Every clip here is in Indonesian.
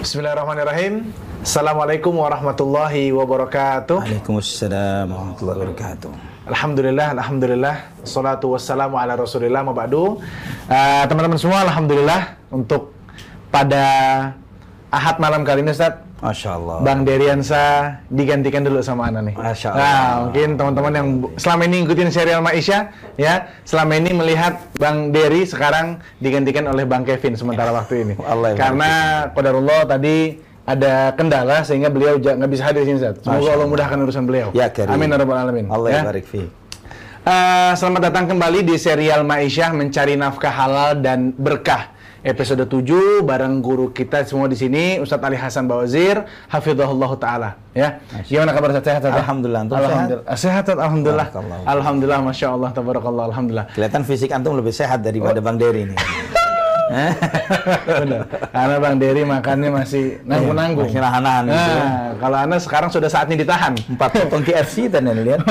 Bismillahirrahmanirrahim. Assalamualaikum warahmatullahi wabarakatuh. Waalaikumsalam warahmatullahi wabarakatuh. Alhamdulillah. Assalatu wassalamu ala rasulillah maba'du. Teman-teman semua, alhamdulillah untuk pada Ahad malam kali ini, Ustaz, Masya Allah, Bang Deriansa digantikan dulu sama Ana nih. Masya Allah. Nah, mungkin teman-teman yang selama ini ngikutin serial Maisha, ya, selama ini melihat Bang Dery sekarang digantikan oleh Bang Kevin sementara waktu ini. Karena qadarullah tadi ada kendala sehingga beliau nggak bisa hadir di sini, Ustaz. Semoga Allah mudahkan urusan beliau. Ya, karim. Amin ya rabbal alamin. Allah ya. barik fi. Selamat datang kembali di serial Maisha, mencari nafkah halal dan berkah. Episode 7 bareng guru kita semua di sini, Ustadz Ali Hasan Bawazir, hafizahullah taala, ya. Gimana kabar, Ustadz? Sehat, Ustadz? Alhamdulillah, antum alhamdulillah. Sehat, alhamdulillah. Alhamdulillah, Masya Allah, tabarakallah, alhamdulillah. Kelihatan fisik antum lebih sehat daripada Bang Dery ini. Benar. Karena Bang Dery makannya masih nanggung-nanggung. Masih nahan-nahan. Kalau Anda sekarang sudah saatnya ditahan. 4 potong KFC tadi lihat.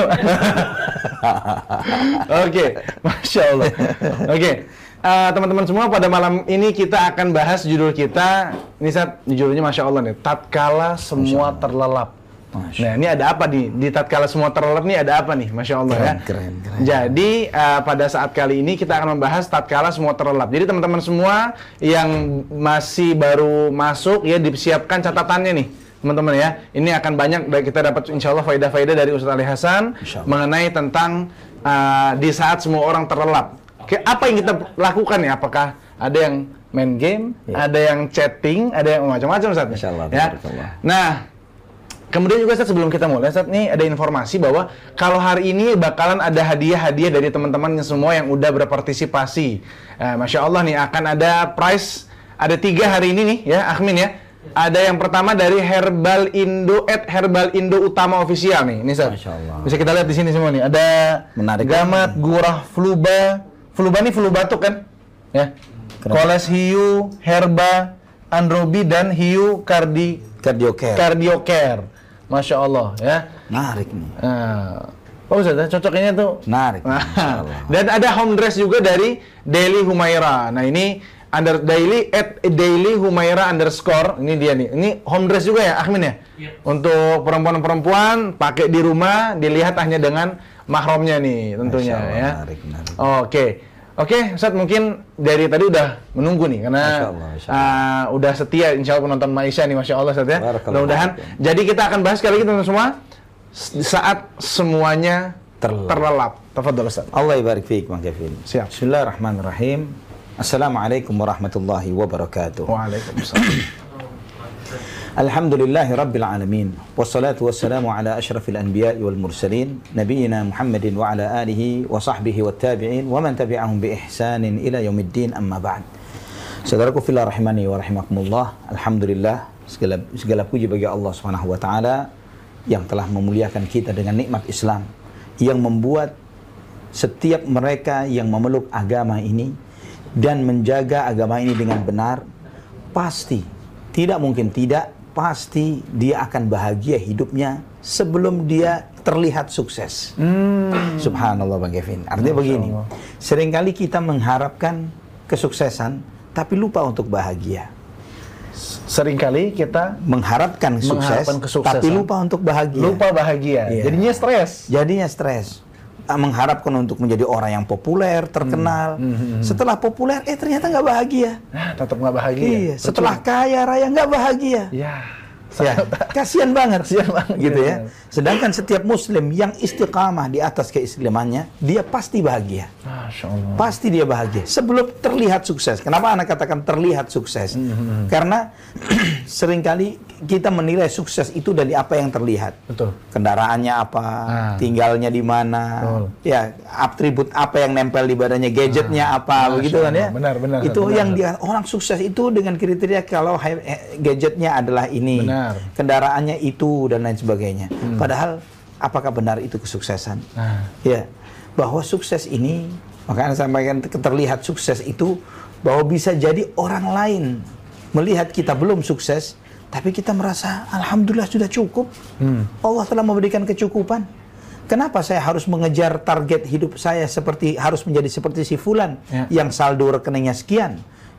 Oke, Masya Allah. Oke. Teman-teman semua, pada malam ini kita akan bahas judul kita, ini saat judulnya Masya Allah nih, tatkala semua terlelap. Nah, ini ada apa di tatkala semua terlelap nih, ada apa nih, Masya Allah, ya. Keren. Jadi pada saat kali ini kita akan membahas tatkala semua terlelap. Jadi teman-teman semua yang masih baru masuk, ya, disiapkan catatannya nih, teman-teman, ya. Ini akan banyak kita dapat insya Allah faedah-faedah dari Ustadz Ali Hasan mengenai tentang di saat semua orang terlelap. Apa yang kita lakukan ya? Apakah ada yang main game, ada yang chatting, ada yang macam-macam, Ustaz? Insyaallah. Ya. Nah, kemudian juga, Ustaz, sebelum kita mulai, Ustaz, nih ada informasi bahwa kalau hari ini bakalan ada hadiah-hadiah dari teman-teman semua yang udah berpartisipasi. Masya Allah nih, akan ada prize, ada 3 hari ini nih, ya, Akhmin, ya. Ada yang pertama dari Herbal Indo Utama Official nih, Ustaz. Masya Allah. Bisa kita lihat di sini semua nih. Ada menarik, Gamat, Gurah, Fluba nih flu batuk kan? Ya. Koles Hiu, Herba, Androbi, dan Hiu Cardiocare. Masya Allah, ya. Menarik nih. Oh, Ustaz, cocoknya tuh. Menarik. Dan ada home dress juga dari Daily Humaira. Nah, ini daily Humaira _ ini dia nih. Ini home dress juga ya, Akhmin, ya? Untuk perempuan-perempuan pakai di rumah, dilihat hanya dengan mahramnya nih tentunya, ya. Menarik. Oke, Ustaz, mungkin dari tadi udah menunggu nih karena Masya Allah. udah setia insya Allah penonton Maisha nih, Masya Allah, Ustaz, ya. Mudah-mudahan. Jadi kita akan bahas kali ini, teman-teman semua, saat semuanya terlelap. Tafadhol, Ustaz. Allah barik fiik, Bang Kevin. Siap. Bismillahirrahmanirrahim. Assalamualaikum warahmatullahi wabarakatuh. Waalaikumsalam. Alhamdulillahi Rabbil Alamin. Wassalatu wassalamu ala ashrafil anbiya'i wal mursalin, Nabiyyina Muhammadin wa ala alihi wa sahbihi wa tabi'in wa man tabi'ahum bi ihsanin ila yaumiddin, amma ba'd. Saudaraku fillah rahimani wa rahimakumullah. Alhamdulillah, segala puji bagi Allah Subhanahu wa taala yang telah memuliakan kita dengan nikmat Islam, yang membuat setiap mereka yang memeluk agama ini dan menjaga agama ini dengan benar, pasti, tidak mungkin tidak, pasti dia akan bahagia hidupnya sebelum dia terlihat sukses. Subhanallah, Bang Kevin. Artinya begini, seringkali kita mengharapkan kesuksesan tapi lupa untuk bahagia. Seringkali kita mengharapkan sukses tapi lupa untuk bahagia. Lupa bahagia. Iya. Jadinya stres. Mengharapkan untuk menjadi orang yang populer, terkenal. Setelah populer, ternyata nggak bahagia. Tetap nggak bahagia. Iya. Setelah kaya raya nggak bahagia. Ya. Kasihan banget, gitu ya. Sedangkan setiap Muslim yang istiqamah di atas keislamannya, dia pasti bahagia. Masya Allah. Pasti dia bahagia sebelum terlihat sukses. Kenapa anak katakan terlihat sukses? Karena seringkali kita menilai sukses itu dari apa yang terlihat. Betul. Kendaraannya apa, tinggalnya di mana, ya, atribut apa yang nempel di badannya, gadgetnya apa, begitu kan, ya. Benar. Itu yang dia, orang sukses itu dengan kriteria kalau gadgetnya adalah ini. Benar. Kendaraannya itu dan lain sebagainya. Padahal apakah benar itu kesuksesan? Ya, bahwa sukses ini, makanya saya sampaikan, terlihat sukses itu bahwa bisa jadi orang lain melihat kita belum sukses, tapi kita merasa alhamdulillah sudah cukup. Allah telah memberikan kecukupan. Kenapa saya harus mengejar target hidup saya harus menjadi seperti si fulan yang saldo rekeningnya sekian,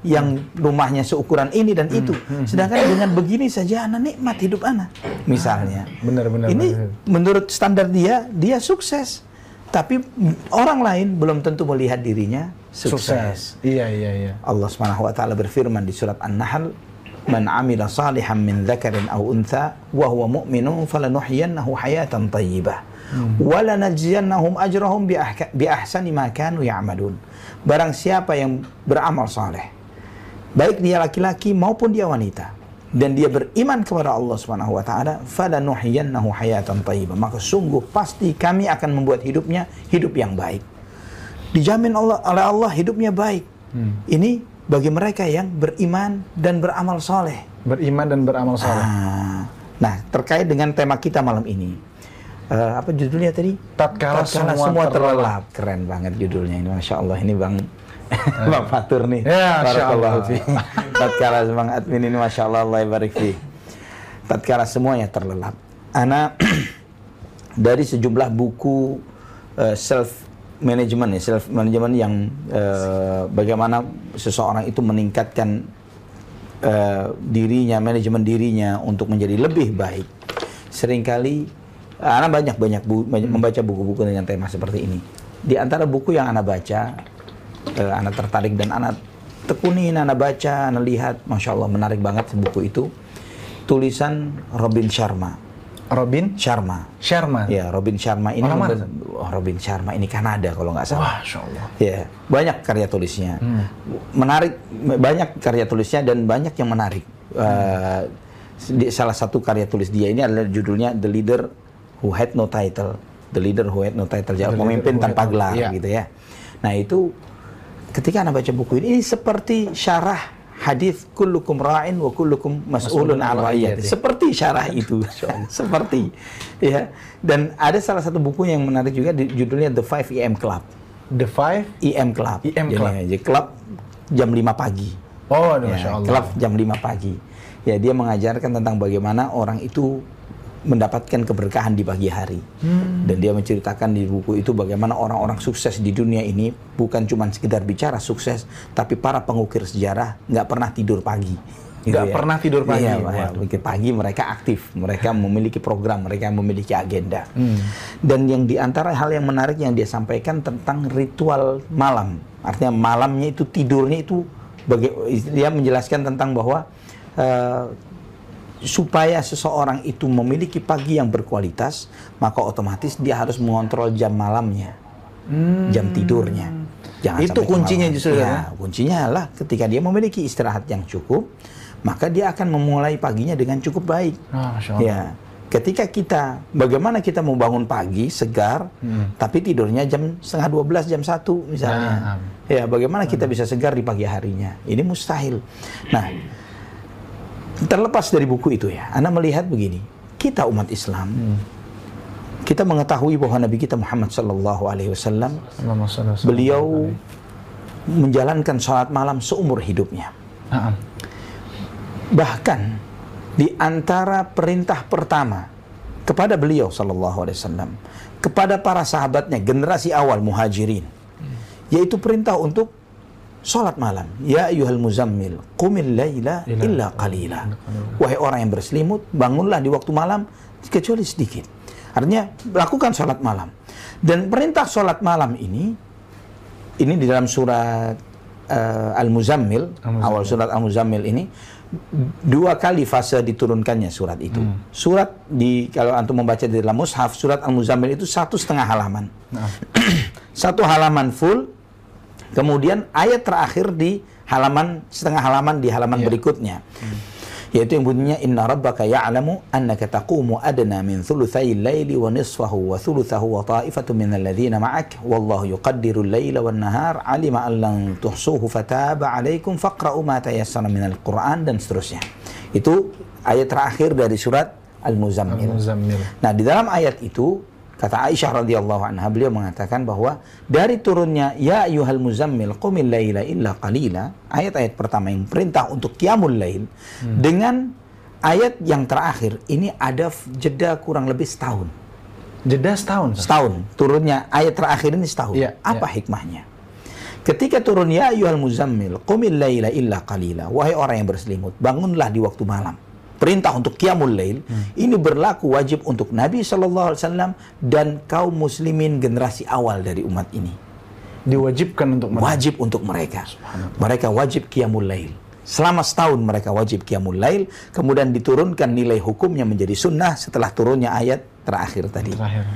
yang rumahnya seukuran ini dan itu. Sedangkan dengan begini saja anak nikmat hidup anak. Misalnya. Benar-benar. Ini menurut standar dia sukses. Tapi orang lain belum tentu melihat dirinya sukses. Iya. Allah Subhanahu wa taala berfirman di surat An-Nahl, "Man 'amila salihan min dzakarin aw untha wa huwa mu'minun falanuhyiyannahu hayatan thayyibah wa lanajziyannahum ajrahum bi ahsani ma kanu ya'malun." Barang siapa yang beramal saleh, baik dia laki-laki maupun dia wanita, dan dia beriman kepada Allah Subhanahu wa taala, falanuhyiyannahu hayatan thayyibah, maka sungguh pasti kami akan membuat hidupnya hidup yang baik. Dijamin oleh Allah hidupnya baik. Ini bagi mereka yang beriman dan beramal soleh. Beriman dan beramal soleh. Nah, terkait dengan tema kita malam ini, apa judulnya tadi? Tatkala semua terlelap. Keren banget judulnya ini, masya Allah. Ini Bang Bang Fatur nih. Ya, Barakallahu fi. Tatkala Bang Admin ini, masya Allah, Allah barik fi. Tatkala semuanya terlelap. Ana dari sejumlah buku self management yang bagaimana seseorang itu meningkatkan dirinya, manajemen dirinya untuk menjadi lebih baik. Seringkali Ana banyak membaca buku-buku dengan tema seperti ini. Di antara buku yang Ana baca, Ana tertarik dan Ana tekunin, Ana baca, Ana lihat, masya Allah menarik banget buku itu. Tulisan Robin Sharma. Robin Sharma. Ya, Robin Sharma ini Robin Sharma ini Kanada kalau nggak salah. Wah, Masya Allah. Ya, banyak karya tulisnya. Menarik, banyak karya tulisnya dan banyak yang menarik. Salah satu karya tulis dia ini adalah judulnya The Leader Who Had No Title. The Leader Who Had No Title, pemimpin tanpa gelar, gitu ya. Nah, itu ketika Anda baca buku ini seperti syarah hadis kullukum ra'in wa kullukum mas'ulun 'an ra'iyati. Seperti syarah itu. Seperti ya. Dan ada salah satu buku yang menarik juga judulnya The 5 EM Club. The 5 EM Club. Jadi klub jam 5 pagi. Oh, Masya Allah. Klub jam 5 pagi. Ya, dia mengajarkan tentang bagaimana orang itu mendapatkan keberkahan di pagi hari. Dan dia menceritakan di buku itu bagaimana orang-orang sukses di dunia ini bukan cuma sekedar bicara sukses, tapi para pengukir sejarah nggak pernah tidur pagi. Nggak pernah tidur pagi. Iya, pagi mereka aktif, mereka memiliki program, mereka memiliki agenda. Dan yang di antara hal yang menarik yang dia sampaikan tentang ritual malam. Artinya malamnya itu tidurnya itu, dia menjelaskan tentang bahwa supaya seseorang itu memiliki pagi yang berkualitas, maka otomatis dia harus mengontrol jam malamnya, jam tidurnya. Jangan itu kuncinya justru ya. Kuncinya adalah ketika dia memiliki istirahat yang cukup, maka dia akan memulai paginya dengan cukup baik. Ya, ketika bagaimana kita mau bangun pagi segar, tapi tidurnya jam 11:30, jam 1 misalnya. Ya, bagaimana kita bisa segar di pagi harinya? Ini mustahil. Nah, terlepas dari buku itu ya, Anda melihat begini, kita umat Islam, kita mengetahui bahwa Nabi kita Muhammad SAW, beliau menjalankan salat malam seumur hidupnya. Bahkan di antara perintah pertama kepada beliau SAW, kepada para sahabatnya generasi awal muhajirin, yaitu perintah untuk salat malam. Ya ayyuhal muzammil, qumil laila illa qalila. Wahai orang yang berselimut, bangunlah di waktu malam kecuali sedikit. Artinya lakukan salat malam. Dan perintah salat malam ini di dalam surat Al-Muzammil, awal surat Al-Muzammil ini 2 kali fase diturunkannya surat itu. Surat kalau antum membaca di dalam mushaf, surat Al-Muzammil itu 1,5 halaman. 1 halaman full. Kemudian ayat terakhir di setengah halaman di halaman berikutnya. Yaitu yang bunyinya inna rabbaka ya'lamu annaka taqumu adna min thulutsayil laili wa nisfahu wa thulutsahu wa ta'ifatu minal ladzina ma'ak wallahu yuqaddirul laila wan nahar 'alima an lan tuhsuhu fataba 'alaikum faqra'u ma tayassara minal Qur'an dan seterusnya. Itu ayat terakhir dari surat Al-Muzammil. Nah, di dalam ayat itu kata Aisyah radhiyallahu anha, beliau mengatakan bahwa dari turunnya ya ayyuhal muzammil qumil laila illa qalila, ayat-ayat pertama yang perintah untuk qiyamul lail, dengan ayat yang terakhir ini ada jeda kurang lebih setahun. Jeda setahun? Setahun. Turunnya ayat terakhir ini setahun. Apa hikmahnya? Ketika turun ya ayyuhal muzammil qumil laila illa qalila, wahai orang yang berselimut, bangunlah di waktu malam. Perintah untuk qiyamul lail ini berlaku wajib untuk Nabi SAW dan kaum muslimin generasi awal dari umat ini. Diwajibkan untuk mereka. Wajib untuk mereka. Mereka wajib qiyamul lail. Selama setahun mereka wajib qiyamul lail, kemudian diturunkan nilai hukumnya menjadi sunnah setelah turunnya ayat terakhir tadi.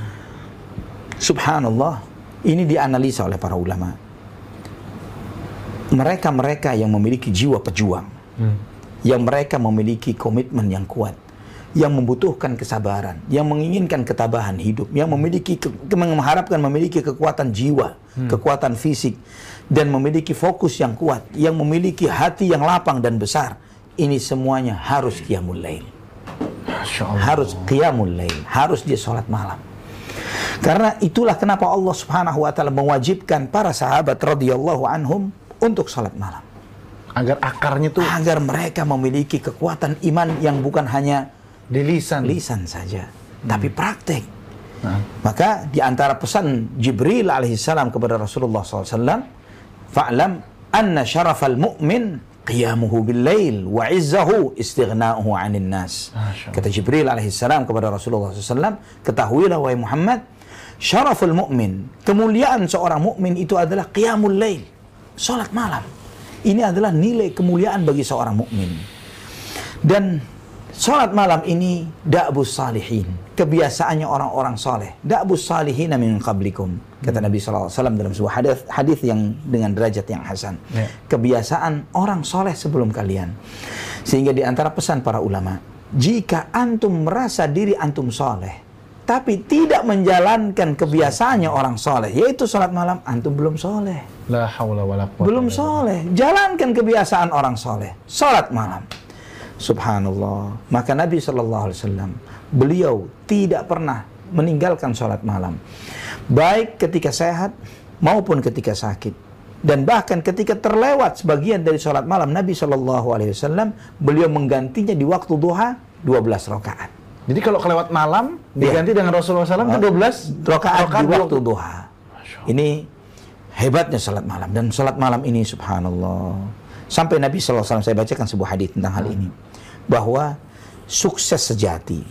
Subhanallah, ini dianalisa oleh para ulama. Mereka-mereka yang memiliki jiwa pejuang, yang mereka memiliki komitmen yang kuat, yang membutuhkan kesabaran, yang menginginkan ketabahan hidup, yang mengharapkan memiliki kekuatan jiwa, kekuatan fisik, dan memiliki fokus yang kuat, yang memiliki hati yang lapang dan besar. Ini semuanya harus qiyamul lail. Harus qiyamul lail, harus dia sholat malam. Karena itulah kenapa Allah Subhanahu wa taala mewajibkan para sahabat radhiyallahu anhum untuk sholat malam. Agar akarnya tuh, agar mereka memiliki kekuatan iman yang bukan hanya di lisan saja, tapi praktek. Maka di antara pesan Jibril alaihissalam kepada Rasulullah SAW, fa'lam anna syarafal mu'min qiyamuhu bil lail wa izzahu istighna'uhu 'anil nas. Kata Jibril alaihissalam kepada Rasulullah SAW, ketahuilah wahai Muhammad, syaraful mu'min, kemuliaan seorang mukmin itu adalah qiyamul lail, salat malam. Ini adalah nilai kemuliaan bagi seorang mukmin. Dan salat malam ini da'bus salihin, kebiasaannya orang-orang saleh. Da'bus salihin min qablikum, kata Nabi SAW dalam sebuah hadis yang dengan derajat yang hasan. Kebiasaan orang saleh sebelum kalian. Sehingga di antara pesan para ulama, jika antum merasa diri antum saleh tapi tidak menjalankan kebiasaannya orang soleh, yaitu sholat malam, antum belum soleh. La haula wala quwwata. Belum soleh. Jalankan kebiasaan orang soleh, sholat malam. Subhanallah. Maka Nabi SAW, beliau tidak pernah meninggalkan sholat malam, baik ketika sehat maupun ketika sakit. Dan bahkan ketika terlewat sebagian dari sholat malam Nabi SAW, beliau menggantinya di waktu duha 12 rakaat. Jadi kalau kelewat malam diganti dengan Rasulullah SAW itu 12 rakaat di waktu duha. Ini hebatnya salat malam. Dan salat malam ini subhanallah, sampai Nabi SAW, saya bacakan sebuah hadis tentang hal ini, bahwa sukses sejati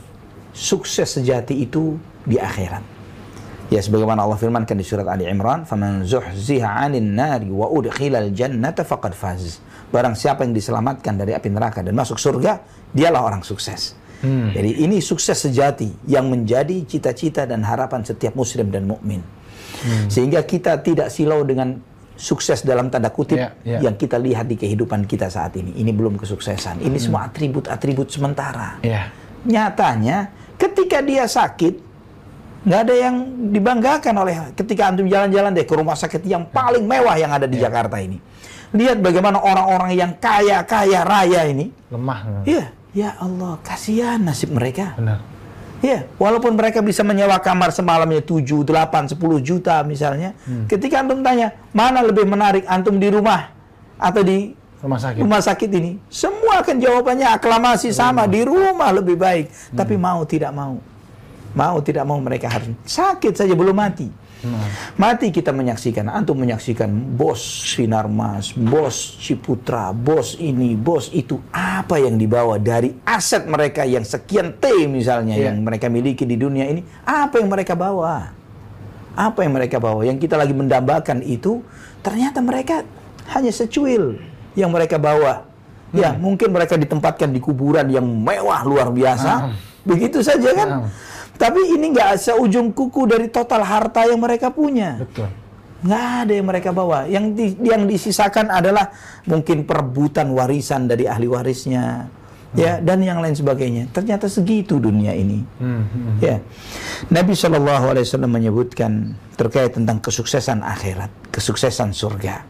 itu di akhirat. Ya, sebagaimana Allah firmankan di surat Ali Imran, "Faman zuhziha 'anil nari wa udkhilal jannata faqad faz." Barang siapa yang diselamatkan dari api neraka dan masuk surga, dialah orang sukses. Jadi ini sukses sejati yang menjadi cita-cita dan harapan setiap muslim dan mukmin. Sehingga kita tidak silau dengan sukses dalam tanda kutip yang kita lihat di kehidupan kita saat ini. Ini belum kesuksesan. Ini semua atribut-atribut sementara. Nyatanya ketika dia sakit, nggak ada yang dibanggakan oleh, ketika antum jalan-jalan deh ke rumah sakit yang paling mewah yang ada di Jakarta ini. Lihat bagaimana orang-orang yang kaya raya ini lemah. Ya Allah, kasihan nasib mereka. Benar. Ya, walaupun mereka bisa menyewa kamar semalamnya 7, 8, 10 juta misalnya. Ketika antum tanya, mana lebih menarik, antum di rumah atau di rumah sakit ini? Semua akan jawabannya aklamasi sama, di rumah lebih baik. Tapi mau tidak mau mereka harus sakit saja belum mati. Mati kita menyaksikan, antum menyaksikan bos Sinarmas, bos Ciputra, bos ini, bos itu, apa yang dibawa dari aset mereka yang sekian T misalnya yang mereka miliki di dunia ini, apa yang mereka bawa? Apa yang mereka bawa? Yang kita lagi mendambakan itu, ternyata mereka hanya secuil yang mereka bawa. Ya, mungkin mereka ditempatkan di kuburan yang mewah luar biasa, begitu saja kan? Tapi ini nggak seujung kuku dari total harta yang mereka punya. Betul. Nggak ada yang mereka bawa. Yang disisakan adalah mungkin perebutan warisan dari ahli warisnya, ya, dan yang lain sebagainya. Ternyata segitu dunia ini. Ya, Nabi SAW menyebutkan terkait tentang kesuksesan akhirat, kesuksesan surga.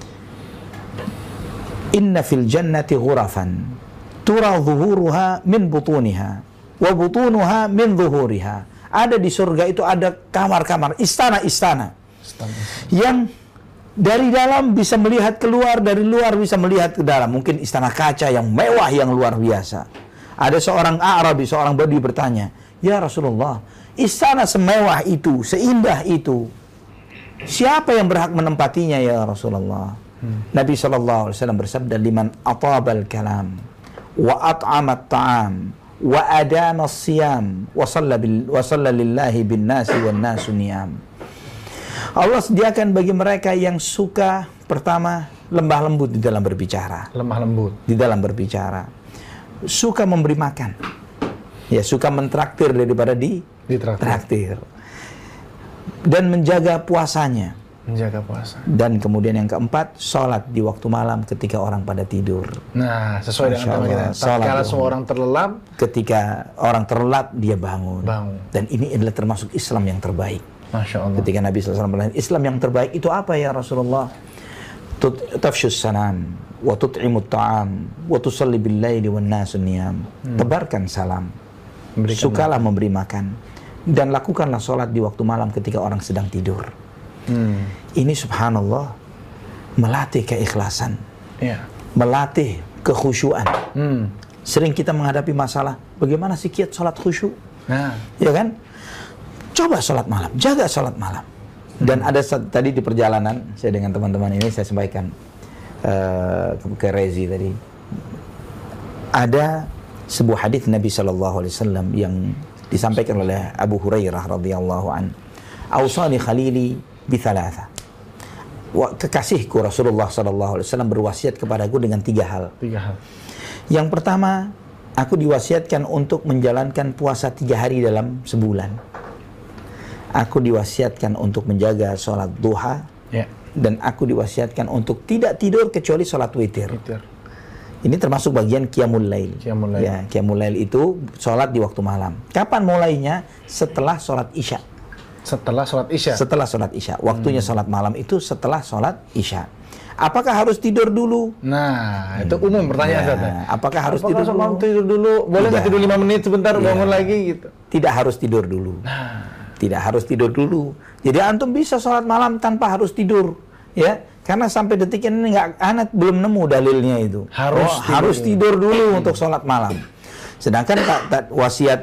Inna fil jannati ghurafan tura zuhuruha min butuniha wa butunuha min zuhuriha. Ada di surga itu ada kamar-kamar, istana-istana yang dari dalam bisa melihat keluar, dari luar bisa melihat ke dalam. Mungkin istana kaca yang mewah yang luar biasa. Ada seorang Arabi, seorang Badui bertanya, "Ya Rasulullah, istana semewah itu, seindah itu, Siapa yang berhak menempatinya ya Rasulullah? Nabi SAW bersabda, liman atabal kalam wa at'amat ta'am wa adama siyam wa salla lillahi bin nasi wan nasu niyam. Allah sediakan bagi mereka yang suka, pertama, lembah lembut di dalam berbicara. Lemah lembut Di dalam berbicara. Suka memberi makan. Ya, suka mentraktir daripada ditraktir. Dan menjaga puasanya. menjaga puasa. Dan kemudian yang keempat, sholat di waktu malam ketika orang pada tidur. Nah, sesuai dengan tema kita. Tatkala semua orang terlelap, Ketika orang terlelap, dia bangun. Dan ini adalah termasuk Islam yang terbaik. Masya Allah. Ketika Nabi SAW bertanya, Islam yang terbaik itu apa ya Rasulullah? Tafshus salam, wa tut'imut ta'am, wa tusalli bil laili wan nasu niyam. Tebarkan salam. Sukalah memberi makan. Dan lakukanlah sholat di waktu malam ketika orang sedang tidur. Ini subhanallah melatih keikhlasan, melatih kekhusyuan. Sering kita menghadapi masalah, bagaimana sih kiat sholat khusyuk? Ya kan? Coba sholat malam, jaga sholat malam. Dan ada tadi di perjalanan, saya dengan teman-teman ini saya sampaikan ke Rezi tadi. Ada sebuah hadis Nabi SAW yang disampaikan oleh Abu Hurairah radhiyallahu an. Ausani khalili bithalatha. Kekasihku Rasulullah SAW berwasiat kepadaku dengan 3 hal. Yang pertama, aku diwasiatkan untuk menjalankan puasa 3 hari dalam sebulan. Aku diwasiatkan untuk menjaga sholat duha. Dan aku diwasiatkan untuk tidak tidur kecuali sholat witir. Ini termasuk bagian qiyamul lail. Ya, qiyamul lail itu sholat di waktu malam. Kapan mulainya? Setelah sholat isya. Setelah sholat isya. Waktunya sholat malam itu setelah sholat isya. Apakah harus tidur dulu? Nah, itu umum pertanyaan Ustaz. Apakah harus tidur dulu? Tidur dulu? Boleh nggak tidur 5 menit sebentar bangun lagi gitu? Tidak harus tidur dulu. Tidak harus tidur dulu. Jadi antum bisa sholat malam tanpa harus tidur, ya. Karena sampai detik ini anak belum nemu dalilnya itu. Harus tidur dulu untuk sholat malam. Sedangkan wasiat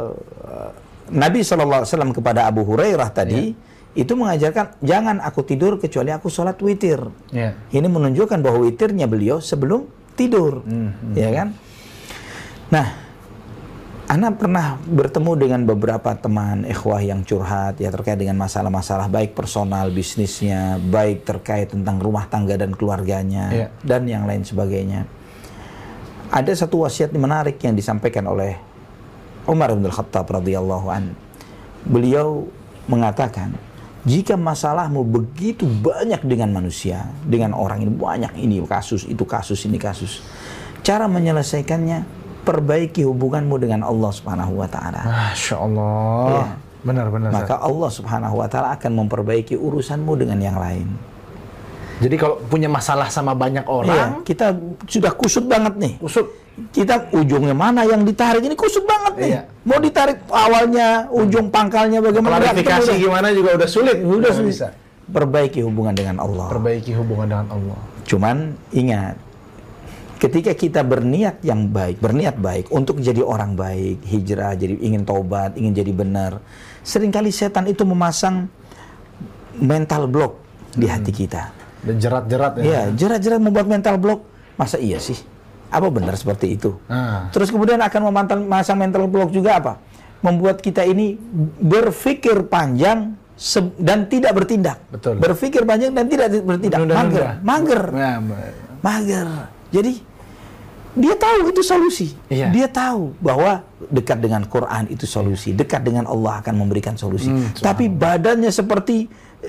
Nabi SAW kepada Abu Hurairah tadi itu mengajarkan jangan aku tidur kecuali aku sholat witir. Ini menunjukkan bahwa witirnya beliau sebelum tidur, ya kan? Nah, Ana pernah bertemu dengan beberapa teman ikhwah yang curhat ya terkait dengan masalah-masalah baik personal bisnisnya, baik terkait tentang rumah tangga dan keluarganya dan yang lain sebagainya. Ada satu wasiat menarik yang disampaikan oleh Umar bin Khattab radhiyallahu an. Beliau mengatakan, jika masalahmu begitu banyak dengan manusia, dengan orang ini banyak, ini kasus, itu kasus, ini kasus. Cara menyelesaikannya, perbaiki hubunganmu dengan Allah Subhanahu wa taala. Masya Allah. Ya. Benar-benar. Maka Allah Subhanahu wa taala akan memperbaiki urusanmu dengan yang lain. Jadi kalau punya masalah sama banyak orang, kita sudah kusut banget nih. Kita ujungnya mana yang ditarik ini kusut banget nih. Mau ditarik awalnya, ujung pangkalnya bagaimana? Klarifikasi gimana juga udah sulit. Udah bisa. Perbaiki hubungan dengan Allah. Cuman ingat, ketika kita berniat baik untuk jadi orang baik, hijrah, jadi ingin taubat, ingin jadi benar, seringkali setan itu memasang mental block di hati kita. Dan jerat-jerat ya. Jerat-jerat membuat mental block. Masa iya sih? Apa benar seperti itu? Terus kemudian akan memasang mental block juga apa? Membuat kita ini berpikir panjang dan tidak bertindak. Berpikir panjang dan tidak bertindak. Mager. Jadi dia tahu itu solusi. Dia tahu bahwa dekat dengan Quran itu solusi, dekat dengan Allah akan memberikan solusi. Tapi badannya seperti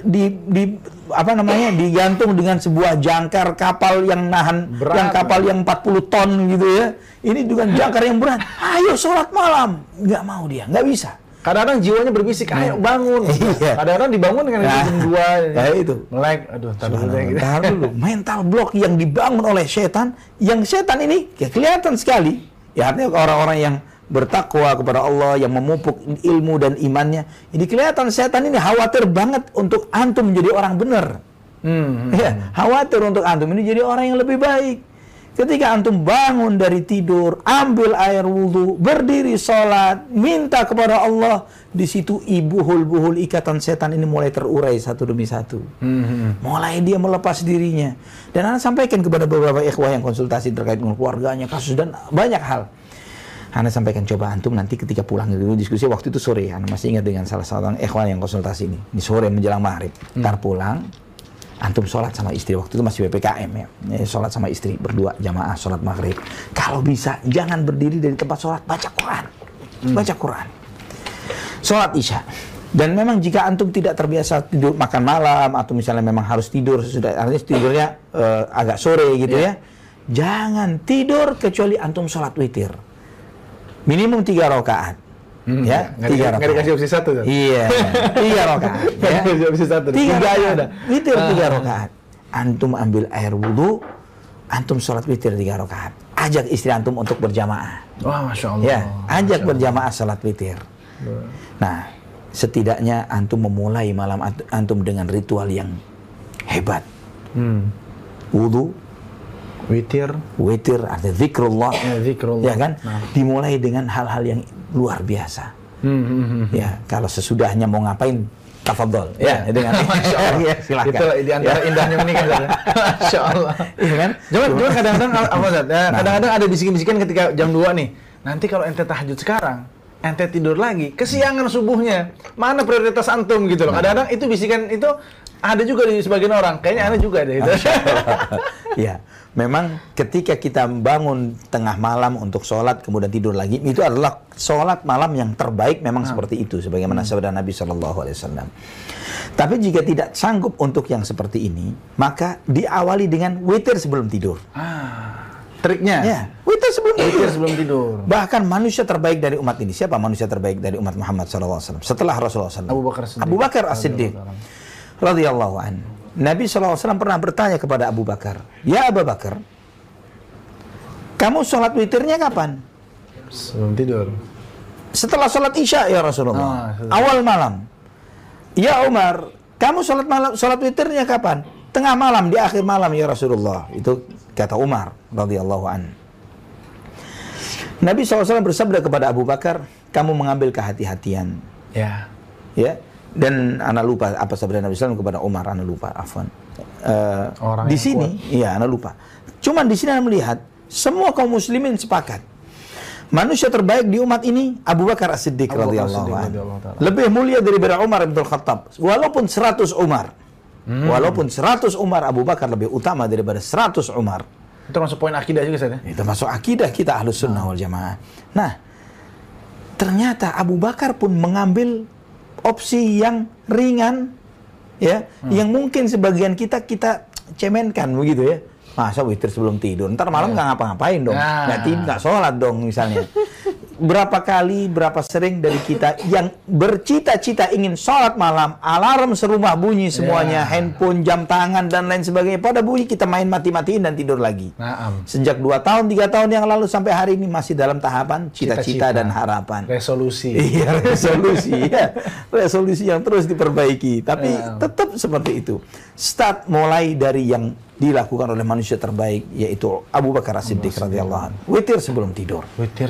digantung dengan sebuah jangkar kapal yang nahan berat, yang kapal yang 40 ton gitu ya. Ini dengan jangkar yang berat. Ayo sholat malam. Nggak mau dia, nggak bisa. Kadang-kadang jiwanya berbisik, ayo bangun. Kadang-kadang dibangun dengan jam 2. Itu. Melek, aduh, taruh dulu. Mental block yang dibangun oleh setan, yang setan ini kelihatan sekali. Ya artinya orang-orang yang bertakwa kepada Allah, yang memupuk ilmu dan imannya, ini kelihatan setan ini khawatir banget untuk antum menjadi orang benar. Khawatir untuk antum ini jadi orang yang lebih baik. Ketika antum bangun dari tidur, ambil air wudhu, berdiri sholat, minta kepada Allah, di situ buhul ikatan setan ini mulai terurai satu demi satu. Mulai dia melepas dirinya. Dan Anda sampaikan kepada beberapa ikhwah yang konsultasi terkait dengan keluarganya, kasus dan banyak hal. Anda sampaikan, coba antum nanti ketika pulang itu diskusi waktu itu sore. Anda masih ingat dengan salah seorang ikhwah yang konsultasi ini. Di sore menjelang maghrib. Ntar pulang, antum sholat sama istri, waktu itu masih PPKM ya, sholat sama istri berdua jamaah sholat maghrib. Kalau bisa jangan berdiri dari tempat sholat, baca Quran, baca Quran, sholat isya. Dan memang jika antum tidak terbiasa tidur makan malam atau misalnya memang harus tidur sudah, artinya tidurnya agak sore gitu ya, jangan tidur kecuali antum sholat witir minimum 3 rakaat. Ya, 3 rakaat. Nggak dikasih opsi 1 kan? Iya, 3 rakaat. Ya. Nggak dikasih opsi 1. 3 aja udah. Witir 3 rakaat. Antum ambil air wudhu, antum sholat witir 3 rakaat. Ajak istri antum untuk berjamaah. Wah, Masya Allah. Ya, ajak berjamaah sholat witir. Nah, setidaknya antum memulai malam antum dengan ritual yang hebat. Wudhu, witir artinya zikrullah, ya kan? Dimulai dengan hal-hal yang luar biasa. Ya, kalau sesudahnya mau ngapain, tafadhol. Ya, dengan ya, silakan. Itu di antara indahnya menikah, ya. Masya Allah. Iya kan? Cuma kadang-kadang apa Zat? Kadang-kadang ada bisikan-bisikan ketika jam 2 nih. Nanti kalau ente tahajud sekarang, ente tidur lagi, kesiangan subuhnya. Mana prioritas antum gitu loh. Kadang-kadang itu bisikan itu ada juga di sebagian orang. Kayaknya ada juga deh itu. Ya, memang ketika kita bangun tengah malam untuk sholat kemudian tidur lagi, itu adalah sholat malam yang terbaik memang seperti itu, sebagaimana sabda Nabi SAW. Tapi jika tidak sanggup untuk yang seperti ini, maka diawali dengan witir sebelum tidur. Triknya? Ya, witir sebelum tidur. Bahkan manusia terbaik dari umat ini, siapa manusia terbaik dari umat Muhammad SAW setelah Rasulullah SAW? Abu Bakar As-Siddiq radhiyallahu anhu. Nabi SAW pernah bertanya kepada Abu Bakar, "Ya Abu Bakar, kamu sholat witirnya kapan?" Sebelum tidur. "Setelah sholat isya ya Rasulullah." Awal malam. "Ya Umar, kamu sholat witirnya kapan?" "Tengah malam, di akhir malam ya Rasulullah." Itu kata Umar radhiyallahu anhu. Nabi SAW bersabda kepada Abu Bakar, "Kamu mengambil kehati-hatian." Ya. Dan anak lupa apa sabda Nabi SAW kepada Umar, anak lupa, afwan. Di sini, iya anak lupa. Cuman di sini anak melihat semua kaum muslimin sepakat. Manusia terbaik di umat ini Abu Bakar As-Siddiq radhiyallahu anhu. Lebih mulia daripada Umar bin Khattab. Walaupun 100 Umar. Walaupun 100 Umar, Abu Bakar lebih utama daripada 100 Umar. Itu masuk poin akidah juga saya. Itu masuk akidah kita Ahlus Sunnah wal Jamaah. Nah, ternyata Abu Bakar pun mengambil opsi yang ringan, ya, yang mungkin sebagian kita cemenkan begitu ya. Masa witir sebelum tidur, ntar malam nggak ngapa-ngapain dong, nggak sholat dong misalnya. Berapa sering dari kita yang bercita-cita ingin sholat malam, alarm serumah bunyi semuanya, handphone, jam tangan dan lain sebagainya, pada bunyi kita main mati-matiin dan tidur lagi. Sejak 2 tahun, 3 tahun yang lalu sampai hari ini masih dalam tahapan cita-cita dan harapan. Resolusi. Iya, resolusi. Ya. Resolusi yang terus diperbaiki. Tapi tetap seperti itu. Start mulai dari yang dilakukan oleh manusia terbaik, yaitu Abu Bakar As-Siddiq radhiyallahu anhu. Witir sebelum tidur.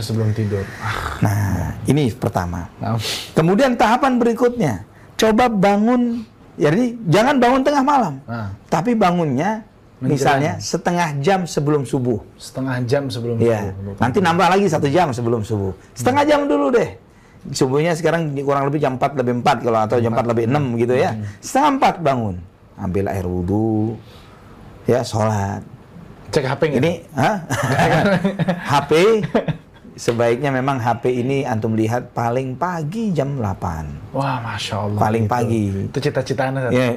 Nah, ini pertama. Kemudian tahapan berikutnya, coba bangun. Jadi jangan bangun tengah malam, tapi bangunnya misalnya setengah jam sebelum subuh. Ya. Nanti nambah lagi 1 jam sebelum subuh. Setengah jam dulu deh. Subuhnya sekarang kurang lebih jam 4 lebih 4 kalau atau jam 4 lebih 6 gitu ya. Setengah 4 bangun, ambil air wudhu. Ya, sholat. Cek HP ini, HP sebaiknya memang HP ini antum lihat paling pagi jam 8. Wah, Masya Allah. Paling pagi. Itu cita-cita Anda. Ya,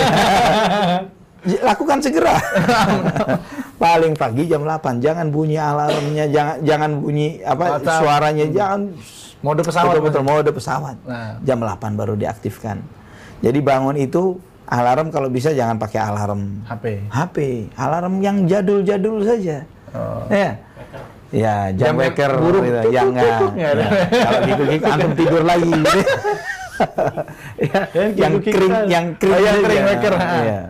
lakukan segera. Paling pagi jam 8. Jangan bunyi alarmnya, jangan bunyi suaranya, jangan mode pesawat. Betul, mode pesawat. Jam 8 baru diaktifkan. Jadi bangun itu alarm kalau bisa jangan pakai alarm HP. Alarm yang jadul-jadul saja. Ya, jam waker gitu. Yang enggak. Kalau gitu antum tidur lagi. Yang kering waker. Ya.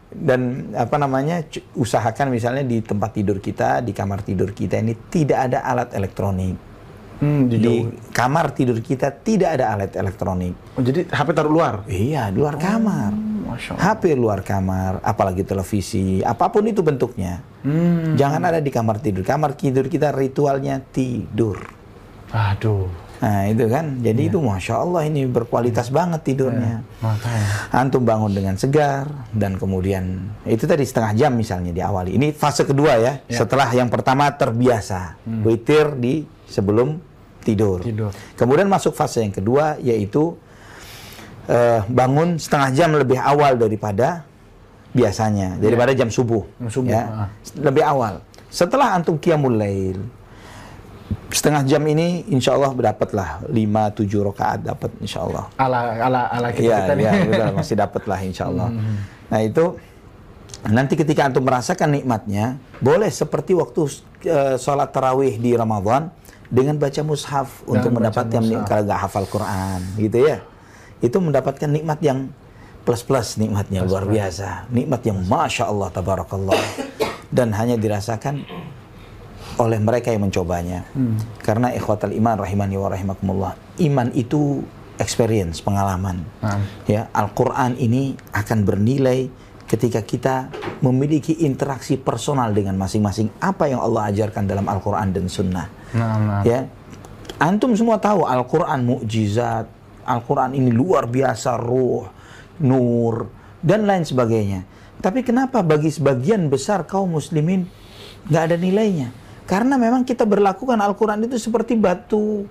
Dan apa namanya, usahakan misalnya di tempat tidur kita, di kamar tidur kita ini tidak ada alat elektronik. Di kamar tidur kita tidak ada alat elektronik. Oh, jadi HP taruh luar? Iya, di luar kamar. Masya Allah. HP luar kamar, apalagi televisi, apapun itu bentuknya. Jangan ada di kamar tidur. Kamar tidur kita ritualnya tidur. Aduh. Nah itu kan, jadi itu Masya Allah ini berkualitas banget tidurnya. Makanya. Antum bangun dengan segar, dan kemudian itu tadi setengah jam misalnya diawali. Ini fase kedua ya, setelah yang pertama terbiasa, witir di sebelum tidur. Kemudian masuk fase yang kedua, yaitu bangun setengah jam lebih awal daripada biasanya, daripada jam subuh. Ya, lebih awal. Setelah antum qiyamul lail, setengah jam ini insya Allah berdapatlah 5-7 rakaat dapat insya Allah. Ala kita nih. Iya, betul, masih dapat lah insya Allah. Nah itu nanti ketika antum merasakan nikmatnya, boleh seperti waktu sholat tarawih di Ramadan dengan baca mushaf untuk mendapatkan kalau nggak hafal Quran, gitu ya. Itu mendapatkan nikmat yang plus nikmatnya luar biasa, nikmat yang Masya Allah tabarakallah, dan hanya dirasakan oleh mereka yang mencobanya. Karena ikhwatal iman rahimani wa rahimakumullah, iman itu experience, pengalaman. Ya, Al-Quran ini akan bernilai ketika kita memiliki interaksi personal dengan masing-masing apa yang Allah ajarkan dalam Al-Quran dan Sunnah. Ya, antum semua tahu Al-Quran mukjizat, Al-Quran ini luar biasa, ruh, nur, dan lain sebagainya. Tapi kenapa bagi sebagian besar kaum muslimin nggak ada nilainya? Karena memang kita berlakukan Al-Quran itu seperti batu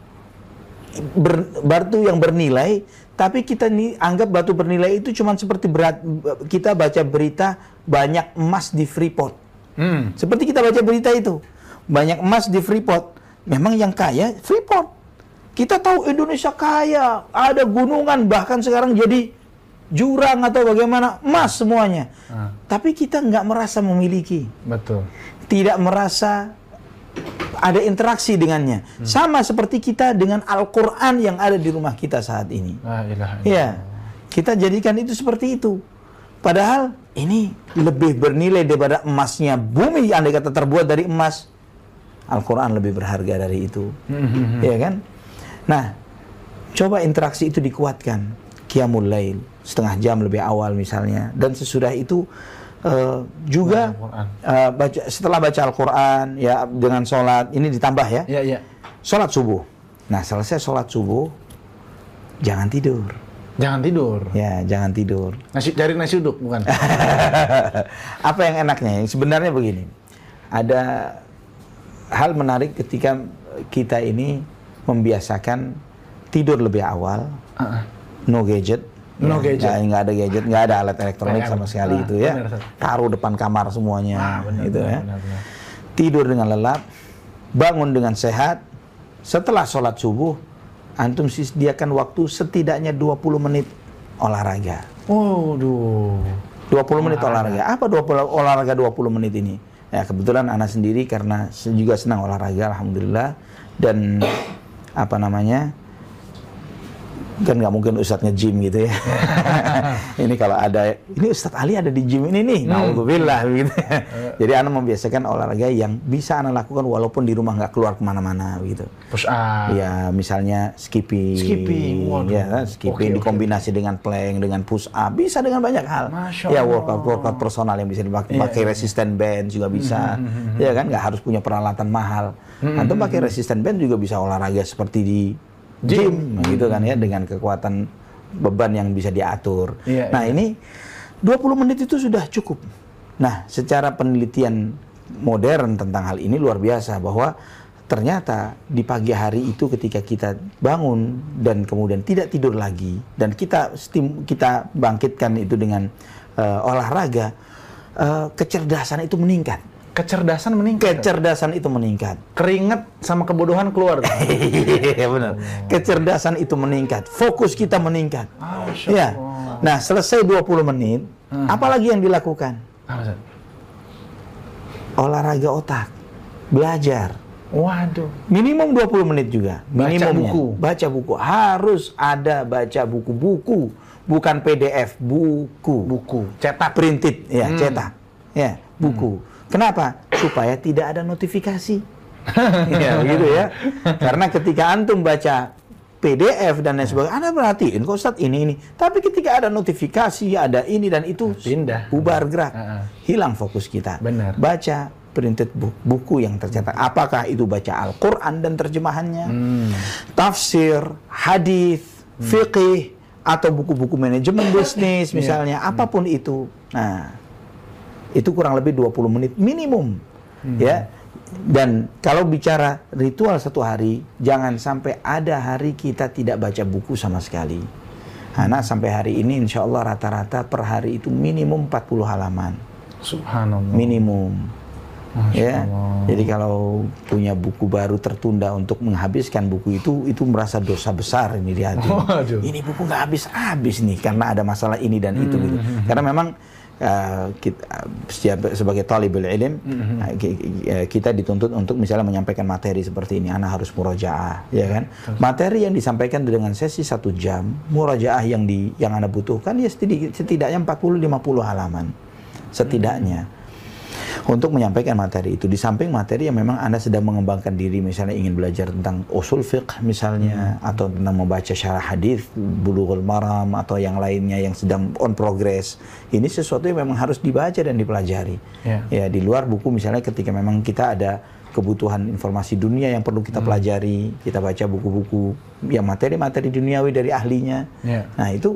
yang bernilai, tapi kita anggap batu bernilai itu cuma seperti kita baca berita banyak emas di Freeport. Seperti kita baca berita itu, banyak emas di Freeport. Memang yang kaya Freeport. Kita tahu Indonesia kaya, ada gunungan, bahkan sekarang jadi jurang atau bagaimana, emas semuanya. Tapi kita nggak merasa memiliki. Betul. Tidak merasa ada interaksi dengannya. Sama seperti kita dengan Al-Quran yang ada di rumah kita saat ini. Ya, kita jadikan itu seperti itu. Padahal ini lebih bernilai daripada emasnya bumi, andai kata terbuat dari emas. Al-Quran lebih berharga dari itu. Ya kan? Nah, coba interaksi itu dikuatkan. Qiyamul lail, setengah jam lebih awal misalnya. Dan sesudah itu juga setelah baca Al-Quran ya dengan sholat ini ditambah ya, sholat subuh. Nah selesai sholat subuh jangan tidur ya, jangan tidur. Cari nasi uduk bukan? Apa yang enaknya? Sebenarnya begini, ada hal menarik ketika kita ini membiasakan tidur lebih awal, no gadget. Nggak ada gadget, nggak ada alat elektronik sama sekali itu ya. Taruh depan kamar semuanya, gitu ya. Tidur dengan lelap, bangun dengan sehat. Setelah sholat subuh, antum sediakan waktu setidaknya 20 menit olahraga. 20 menit olahraga. Apa olahraga 20 menit ini? Ya kebetulan anak sendiri karena juga senang olahraga, alhamdulillah. Dan apa namanya? Kan nggak mungkin Ustadz nge-gym gitu ya. Ini kalau ada, ini Ustadz Ali ada di gym ini nih, na'udzubillah gitu. Jadi anak membiasakan olahraga yang bisa anak lakukan walaupun di rumah nggak keluar kemana-mana gitu. Push up. Ya misalnya skipping. Ya, skipping dikombinasi dengan plank, dengan push up, bisa dengan banyak hal. Ya workout personal yang bisa dipakai, resisten band juga bisa. Ya kan nggak harus punya peralatan mahal. Antum pakai resisten band juga bisa olahraga seperti di gym gitu kan ya, dengan kekuatan beban yang bisa diatur. Ini 20 menit itu sudah cukup. Nah, secara penelitian modern tentang hal ini luar biasa, bahwa ternyata di pagi hari itu ketika kita bangun dan kemudian tidak tidur lagi dan kita bangkitkan itu dengan olahraga, kecerdasan itu meningkat. Kecerdasan itu meningkat. Keringat sama kebodohan keluar. Iya benar. Kecerdasan itu meningkat. Fokus kita meningkat. Ya. Nah, selesai 20 menit, apalagi yang dilakukan? Olahraga otak. Belajar. Waduh. Minimum 20 menit juga. Minimumnya. Baca buku. Harus ada baca buku-buku. bukan PDF, buku. Buku, cetak. Printed, ya, cetak. Ya, buku. Kenapa? Supaya tidak ada notifikasi. Ya, begitu ya. Karena ketika antum baca PDF dan lain sebagainya, Anda perhatiin kok Ustaz ini. Tapi ketika ada notifikasi, ada ini dan itu, pindah, bubar gerak, hilang fokus kita. Benar. Baca printed buku yang tercetak. Apakah itu baca Al-Quran dan terjemahannya, tafsir, hadis, fiqih, atau buku-buku manajemen bisnis misalnya, apapun itu. Nah, itu kurang lebih 20 menit minimum, ya. Dan kalau bicara ritual satu hari, jangan sampai ada hari kita tidak baca buku sama sekali. Karena sampai hari ini insya Allah rata-rata per hari itu minimum 40 halaman. Subhanallah. Minimum. Ya. Allah. Jadi kalau punya buku baru tertunda untuk menghabiskan buku itu merasa dosa besar ini di hati. Ini buku nggak habis-habis nih karena ada masalah ini dan itu gitu. Karena memang kita sebagai talibul ilm, kita dituntut untuk misalnya menyampaikan materi seperti ini. Anak harus murojaah, ya kan? Materi yang disampaikan dengan sesi 1 jam, murojaah yang Anda butuhkan ya setidaknya 40-50 halaman setidaknya untuk menyampaikan materi itu. Di samping materi yang memang Anda sedang mengembangkan diri, misalnya ingin belajar tentang usul fiqh misalnya, atau tentang membaca syarah hadis, Bulughul Maram, atau yang lainnya yang sedang on progress. Ini sesuatu yang memang harus dibaca dan dipelajari. Ya, di luar buku misalnya ketika memang kita ada kebutuhan informasi dunia yang perlu kita pelajari, kita baca buku-buku yang materi-materi duniawi dari ahlinya. Nah itu,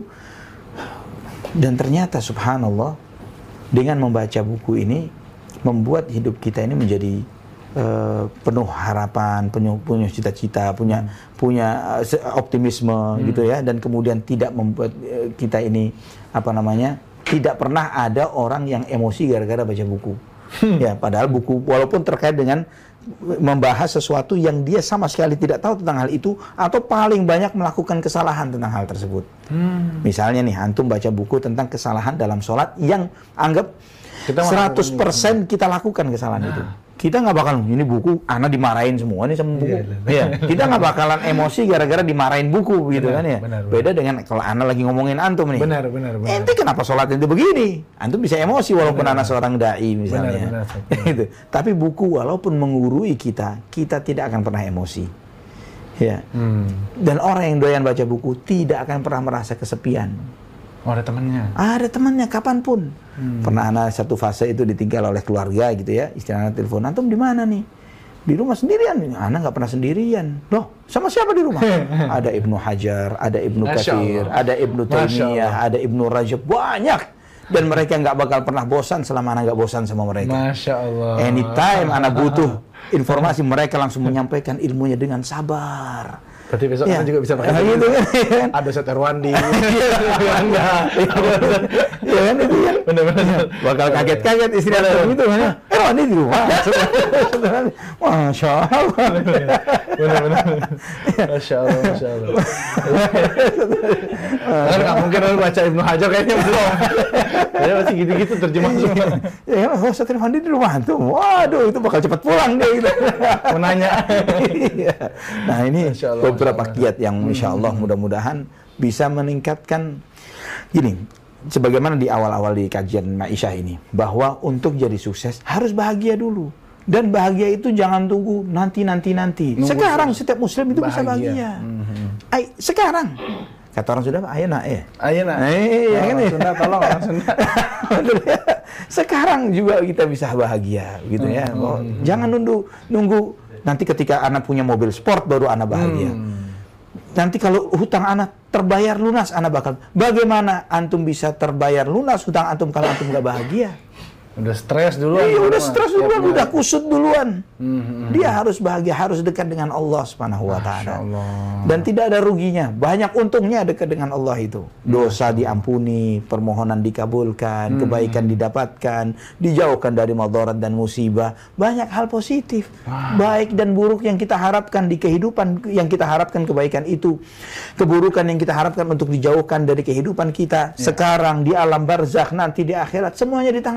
dan ternyata subhanallah, dengan membaca buku ini membuat hidup kita ini menjadi penuh harapan, punya cita-cita, punya optimisme gitu ya, dan kemudian tidak membuat kita ini tidak pernah ada orang yang emosi gara-gara baca buku. Ya, padahal buku walaupun terkait dengan membahas sesuatu yang dia sama sekali tidak tahu tentang hal itu, atau paling banyak melakukan kesalahan tentang hal tersebut. Misalnya nih, antum baca buku tentang kesalahan dalam sholat yang anggap 100% kita lakukan kesalahan itu. Kita nggak bakal, ini buku, anak dimarahin semua nih sama buku. Kita nggak bakalan emosi gara-gara dimarahin buku gitu kan ya. Beda dengan kalau anak lagi ngomongin antum nih. Benar. Ente kenapa sholat itu begini? Antum bisa emosi walaupun anak seorang dai misalnya. Gitu. Tapi buku walaupun menggurui kita tidak akan pernah emosi. Ya. Dan orang yang doyan baca buku tidak akan pernah merasa kesepian. Oh, ada temannya? Ada temannya kapanpun. Pernah anak satu fase itu ditinggal oleh keluarga gitu ya. Istilahnya telepon, antum di mana nih? Di rumah sendirian. Anak nggak pernah sendirian. Loh, sama siapa di rumah? Ada Ibnu Hajar, ada Ibnu Katsir, ada Ibnu Taimiyah, ada Ibnu Rajab, banyak. Dan mereka nggak bakal pernah bosan selama anak nggak bosan sama mereka. Masya Allah. Anytime anak butuh informasi, mereka langsung menyampaikan ilmunya dengan sabar. Berarti besok kita juga bisa pakai gitu kan? Ada Ustaz Erwandi. Iya kan itu kan? Benar-benar. Bakal kaget-kaget istri antum itu kan? Erwandi di rumah. Masya Allah. Benar-benar. Masya Allah. Kan nggak mungkin orang baca Ibnu Hajar kayaknya belum. Kayaknya masih gitu-gitu terjemah semua. Ya, Ustaz Erwandi di rumah antum. Waduh, itu bakal cepat pulang deh gitu. Menanya. Nah ini beberapa kiat yang insya Allah mudah-mudahan bisa meningkatkan gini, sebagaimana di awal-awal di kajian Ma'isyah ini, bahwa untuk jadi sukses harus bahagia dulu, dan bahagia itu jangan tunggu nanti. Sekarang setiap muslim itu bisa bahagia. Sekarang kata orang Sunda, ayo nak ya. Ya kan ya. Sunda tolong orang Sunda. Sekarang juga kita bisa bahagia gitu ya. Jangan nunggu nanti ketika anak punya mobil sport baru anak bahagia. Nanti kalau hutang anak terbayar lunas, anak bakal. Bagaimana antum bisa terbayar lunas hutang antum kalau antum nggak bahagia? Udah stres duluan. Iya, udah stres duluan, udah kusut duluan. Dia harus bahagia, harus dekat dengan Allah Subhanahu wa taala. Dan tidak ada ruginya, banyak untungnya dekat dengan Allah itu. Dosa diampuni, permohonan dikabulkan, kebaikan didapatkan, dijauhkan dari madarat dan musibah. Banyak hal positif, baik dan buruk yang kita harapkan di kehidupan, yang kita harapkan kebaikan itu, keburukan yang kita harapkan untuk dijauhkan dari kehidupan kita sekarang di alam barzakh, nanti di akhirat, semuanya di tangan Allah.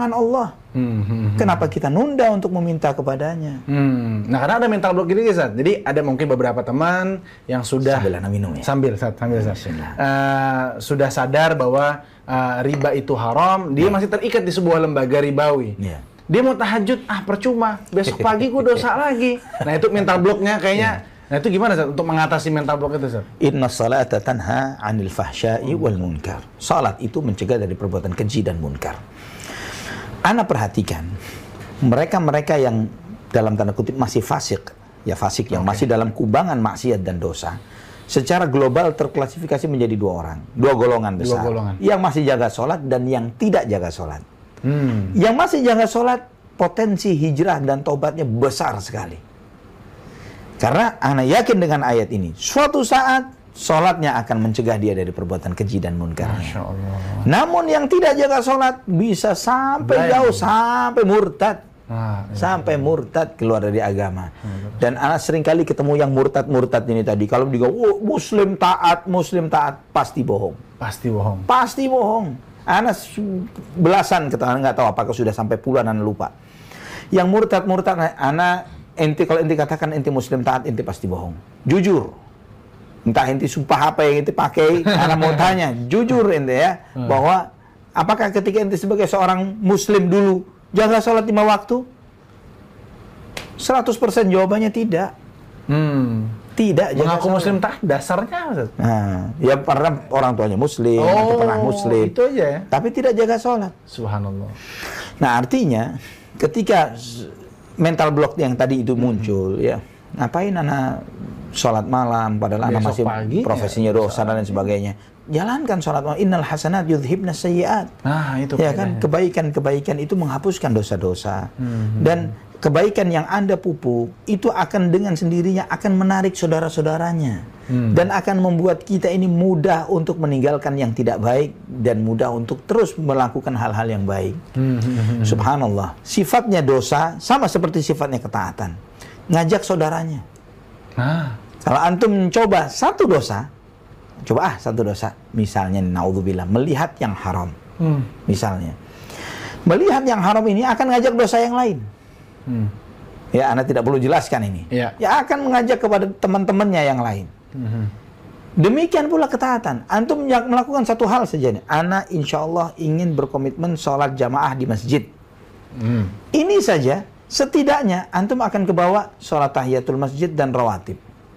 Allah. Kenapa kita nunda untuk meminta kepadanya? Nah, karena ada mental block gini, Ustaz. Jadi ada mungkin beberapa teman yang sudah Sambil anak minum ya. Sambil, Ustaz. Sudah sadar bahwa riba itu haram, dia masih terikat di sebuah lembaga ribawi. Ya. Dia mau tahajud, percuma. Besok pagi gue dosa lagi. Nah, itu mental blocknya kayaknya. Nah, itu gimana, Ustaz, untuk mengatasi mental block itu, Ustaz? Inna salata tanha 'anil fahsya'i wal munkar. Salat itu mencegah dari perbuatan keji dan munkar. Ana perhatikan mereka-mereka yang dalam tanda kutip masih fasik, yang masih dalam kubangan maksiat dan dosa. Secara global terklasifikasi menjadi dua golongan besar. Yang masih jaga sholat dan yang tidak jaga sholat. Yang masih jaga sholat, potensi hijrah dan tobatnya besar sekali. Karena ana yakin dengan ayat ini, suatu saat sholatnya akan mencegah dia dari perbuatan keji dan munkarnya. Masya Allah. Namun yang tidak jaga sholat bisa sampai jauh, sampai murtad. Sampai murtad, keluar dari agama. Dan anak seringkali ketemu yang murtad ini tadi. Kalau digo, muslim taat, pasti bohong. Pasti bohong. Anak belasan, nggak tahu apakah sudah sampai puluhan, anak lupa. Yang murtad, anak kalau ente katakan ente muslim taat, ente pasti bohong. Jujur. Entah ente sumpah apa yang ente pakai, anak mau tanya, jujur ente ya, bahwa apakah ketika ente sebagai seorang muslim dulu jaga sholat 5 waktu? 100% jawabannya tidak. Tidak. Mengaku muslim tak dasarnya, Ustaz? Nah, ya pernah orang tuanya muslim, atau pernah muslim. Itu aja ya? Tapi tidak jaga sholat. Subhanallah. Nah, artinya ketika mental block yang tadi itu muncul, ya ngapain anak sholat malam padahal anak masih pagi, profesinya dosa dan lain sebagainya. Jalankan sholat malam. Innal hasanat yudhibna sayyi'at. Nah, itu ya kan, kebaikan itu menghapuskan dosa-dosa. Dan kebaikan yang Anda pupuk itu akan dengan sendirinya akan menarik saudara-saudaranya. Dan akan membuat kita ini mudah untuk meninggalkan yang tidak baik dan mudah untuk terus melakukan hal-hal yang baik. Subhanallah. Sifatnya dosa sama seperti sifatnya ketaatan. Ngajak saudaranya. Kalau antum mencoba satu dosa, misalnya naudzubillah melihat yang haram, misalnya melihat yang haram ini akan ngajak dosa yang lain. Ya, Anda tidak perlu jelaskan ini. Ya akan mengajak kepada teman-temannya yang lain. Demikian pula ketaatan. Antum melakukan satu hal saja nih. Ana insya Allah ingin berkomitmen sholat jamaah di masjid. Ini saja. Setidaknya antum akan kebawa sholat tahiyatul masjid dan rawatib.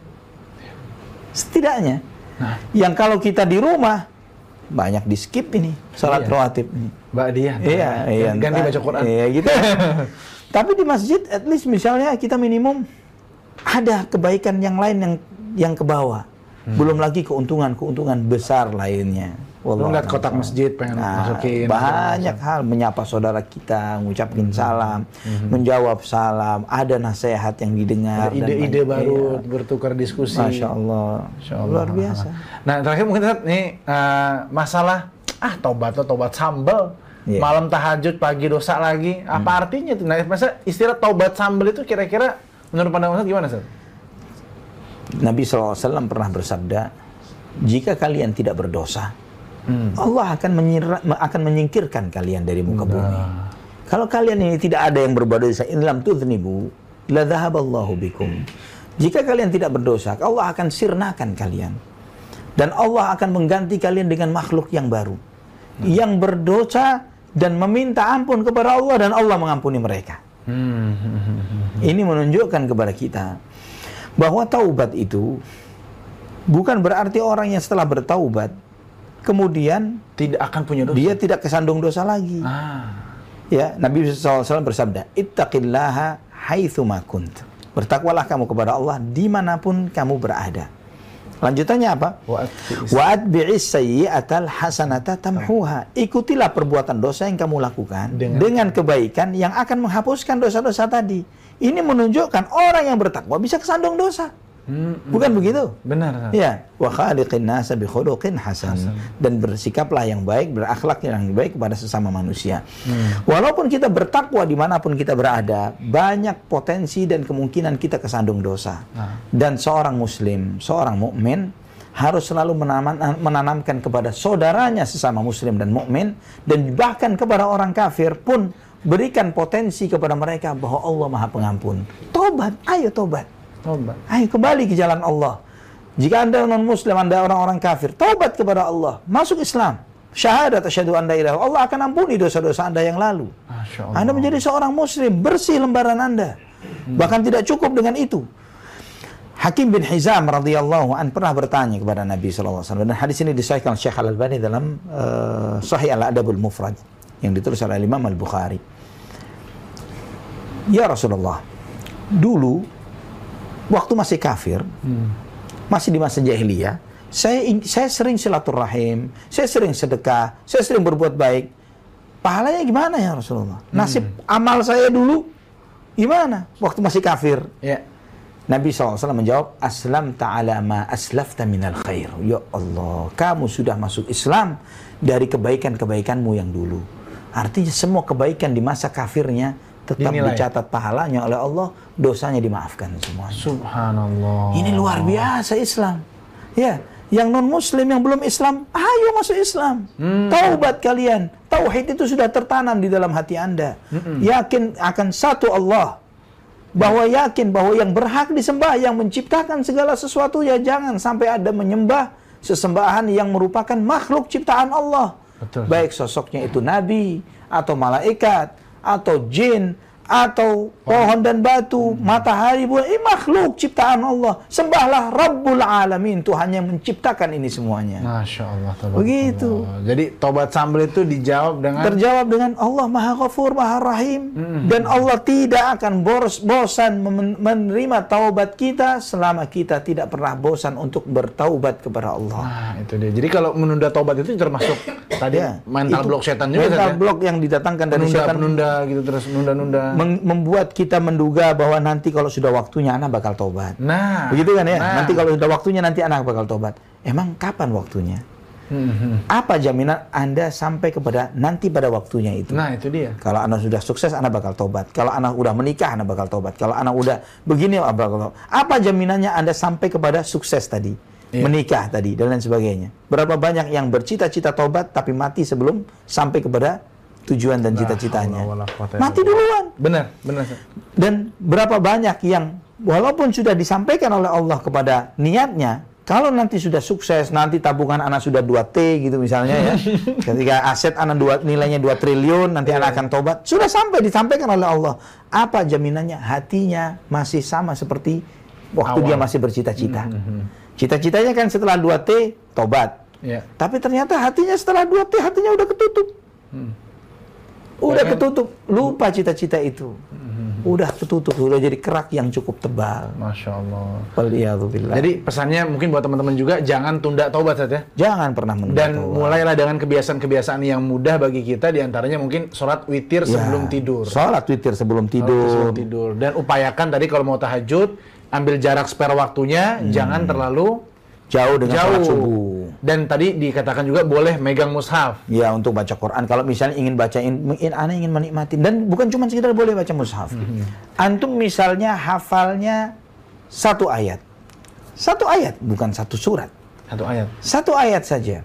Setidaknya. Yang kalau kita di rumah banyak di skip ini sholat rawatib ini. Ba'diyah. Iya. Ganti baca Quran. Iya gitu. Tapi di masjid at least misalnya kita minimum ada kebaikan yang lain yang kebawa. Belum lagi keuntungan besar lainnya. Lu ngeliat kotak masjid pengen masukin. Banyak hal, menyapa saudara kita, mengucapkan salam, menjawab salam, ada nasihat yang didengar. Ada ide-ide baru, bertukar diskusi. Masya Allah. Luar biasa. Nah, terakhir mungkin nih masalah tobat sambal. Malam tahajud, pagi dosa lagi. Apa artinya itu? Nah, masa istilah tobat sambal itu kira-kira menurut pandangan Ustaz gimana, Ustaz? Nabi SAW pernah bersabda, jika kalian tidak berdosa, Allah akan menyingkirkan kalian dari muka bumi. Kalau kalian ini tidak ada yang berbuat dosa, in lam tudhnibu la dhahaballahu bikum. Jika kalian tidak berdosa, Allah akan sirnakan kalian. Dan Allah akan mengganti kalian dengan makhluk yang baru. Yang berdosa dan meminta ampun kepada Allah dan Allah mengampuni mereka. Ini menunjukkan kepada kita bahwa taubat itu bukan berarti orang yang setelah bertaubat kemudian tidak akan punya dosa. Dia tidak kesandung dosa lagi. Ya, Nabi SAW bersabda, "Ittaqillaha haitsu ma kunt." Bertakwalah kamu kepada Allah dimanapun kamu berada. Lanjutannya apa? Wa'atbi'is sayyi'atal hasanata tamhuha. Ikutilah perbuatan dosa yang kamu lakukan dengan kebaikan yang akan menghapuskan dosa-dosa tadi. Ini menunjukkan orang yang bertakwa bisa kesandung dosa. Bukan begitu? Benar. Ya, wa khaliqin nasa bi khuluqin hasan. Dan bersikaplah yang baik, berakhlak yang baik kepada sesama manusia. Walaupun kita bertakwa dimanapun kita berada, banyak potensi dan kemungkinan kita kesandung dosa. Dan seorang muslim, seorang mukmin harus selalu menanamkan kepada saudaranya sesama muslim dan mukmin, dan bahkan kepada orang kafir pun berikan potensi kepada mereka bahwa Allah Maha Pengampun. Tobat, ayo tobat. Tobat. Ayo kembali ke jalan Allah. Jika Anda non-muslim, Anda orang-orang kafir, tobat kepada Allah, masuk Islam. Syahadat asyhadu an la ilaha illallah, Allah akan ampuni dosa-dosa Anda yang lalu. Masya Allah. Anda menjadi seorang muslim, bersih lembaran Anda. Bahkan tidak cukup dengan itu. Hakim bin Hizam radhiyallahu an pernah bertanya kepada Nabi sallallahu alaihi wasallam, dan hadis ini disahihkan Syekh Al-Albani dalam Sahih Al-Adabul Mufrad yang ditulis oleh Imam Al-Bukhari. Ya Rasulullah, dulu waktu masih kafir, masih di masa jahiliyah, saya sering silaturahim, saya sering sedekah, saya sering berbuat baik. Pahalanya gimana ya Rasulullah? Nasib amal saya dulu gimana waktu masih kafir? Ya. Nabi SAW menjawab, Aslam ta'ala ma aslafta minal khair. Ya Allah, kamu sudah masuk Islam dari kebaikan-kebaikanmu yang dulu. Artinya semua kebaikan di masa kafirnya tetap dicatat pahalanya oleh Allah, dosanya dimaafkan semuanya. Subhanallah. Ini luar biasa Islam. Ya, yang non-muslim yang belum Islam, ayo masuk Islam. Taubat kalian. Tauhid itu sudah tertanam di dalam hati Anda. Yakin akan satu Allah. Bahwa yakin bahwa yang berhak disembah, yang menciptakan segala sesuatu, ya jangan sampai ada menyembah sesembahan yang merupakan makhluk ciptaan Allah. Betul. Baik sosoknya itu nabi, atau malaikat, atau jin, atau pohon dan batu, matahari, bulan, makhluk ciptaan Allah. Sembahlah Rabbul Alamin, Tuhan yang menciptakan ini semuanya. Masya Allah. Begitu. Jadi tobat sambal itu dijawab dengan terjawab dengan Allah Maha Ghafur, Maha Rahim, dan Allah tidak akan bosan menerima taubat kita selama kita tidak pernah bosan untuk bertaubat kepada Allah. Nah, itu dia. Jadi kalau menunda taubat itu termasuk tadi mental blok setan juga. Mental blok yang didatangkan dari setan. Penunda gitu terus nunda-nunda. Membuat kita menduga bahwa nanti kalau sudah waktunya anak bakal tobat. Nah, begitu kan ya? Nanti kalau sudah waktunya nanti anak bakal tobat. Emang kapan waktunya? Apa jaminan Anda sampai kepada nanti pada waktunya itu? Nah, itu dia. Kalau anak sudah sukses, anak bakal tobat. Kalau anak udah menikah, anak bakal tobat. Kalau anak udah begini, anak bakal tobat. Apa jaminannya Anda sampai kepada sukses tadi? Menikah tadi, dan lain sebagainya. Berapa banyak yang bercita-cita tobat, tapi mati sebelum sampai kepada tujuan dan cita-citanya. Mati duluan. Benar. Dan berapa banyak yang walaupun sudah disampaikan oleh Allah kepada niatnya, kalau nanti sudah sukses, nanti tabungan anak sudah 2T gitu misalnya ya. Ketika aset anak nilainya 2 triliun, nanti anak akan tobat. Sudah sampai disampaikan oleh Allah. Apa jaminannya? Hatinya masih sama seperti waktu dia masih bercita-cita. Cita-citanya kan setelah 2T, tobat. Tapi ternyata hatinya setelah 2T, hatinya udah ketutup. Udah ketutup, lupa cita-cita itu. Udah ketutup, udah jadi kerak yang cukup tebal. Masya Allah. Waliyadzubillah. Jadi pesannya mungkin buat teman-teman juga, jangan tunda taubat saja. Jangan pernah menunda dan taubat. Mulailah dengan kebiasaan-kebiasaan yang mudah bagi kita, diantaranya mungkin sholat witir sebelum tidur. Sholat witir sebelum tidur. Dan upayakan tadi kalau mau tahajud, ambil jarak spare waktunya, jangan terlalu jauh dengan sholat subuh. Dan tadi dikatakan juga boleh megang mushaf. Ya, untuk baca Quran. Kalau misalnya ingin bacain, anak ingin menikmati. Dan bukan cuma sekedar boleh baca mushaf. Antum misalnya hafalnya 1 ayat. 1 ayat, bukan 1 surat. 1 ayat. 1 ayat saja.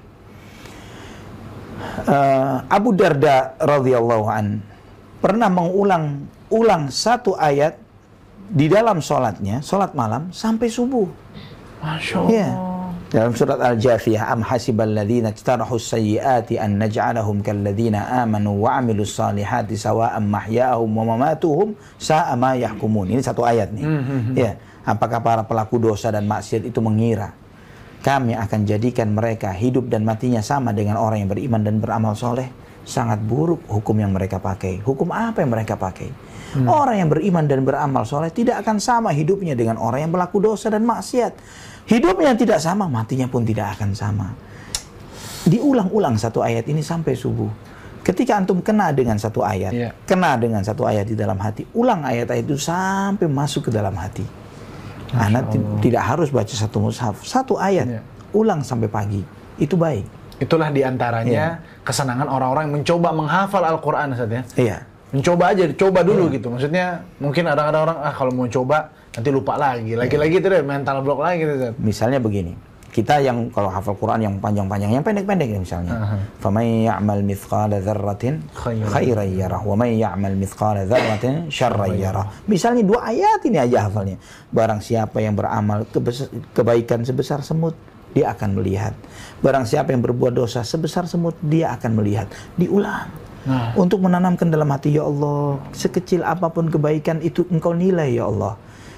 Abu Darda radhiyallahu an pernah mengulang 1 ayat di dalam sholatnya, sholat malam sampai subuh. Masya Allah. Ya. Dalam surat Al-Jathiyah, am hasibal ladzina ijtarahu sayyiati an naj'alahum kal ladzina amanu wa 'amilus salihati sawa'an mahyahum wa mamatuhum sa'a ma yahkumun. Ini 1 ayat nih. Ya, apakah para pelaku dosa dan maksiat itu mengira kami akan jadikan mereka hidup dan matinya sama dengan orang yang beriman dan beramal soleh? Sangat buruk hukum yang mereka pakai. Hukum apa yang mereka pakai? Orang yang beriman dan beramal soleh tidak akan sama hidupnya dengan orang yang berlaku dosa dan maksiat. Hidupnya tidak sama, matinya pun tidak akan sama. Diulang-ulang 1 ayat ini sampai subuh. Ketika antum kena dengan 1 ayat, kena dengan 1 ayat di dalam hati, ulang ayat-ayat itu sampai masuk ke dalam hati. Anak tidak harus baca 1 mushaf, 1 ayat, ulang sampai pagi. Itu baik. Itulah diantaranya kesenangan orang-orang yang mencoba menghafal Al-Quran, Ustaz ya. Iya. Mencoba aja, coba dulu gitu. Maksudnya mungkin ada orang kalau mau coba nanti lupa lagi itu deh mental block lagi gitu. Misalnya begini, kita yang kalau hafal Quran yang panjang-panjang, yang pendek-pendek misalnya. Faman ya'mal mithqala dzarratin khairan yarah wa man ya'mal mithqala dzarratin syarran yarah. Misalnya 2 ayat ini aja hafalnya. Barang siapa yang beramal kebaikan sebesar semut, dia akan melihat. Barang siapa yang berbuat dosa sebesar semut, dia akan melihat. Diulang. Untuk menanamkan dalam hati, ya Allah, sekecil apapun kebaikan itu Engkau nilai, ya Allah.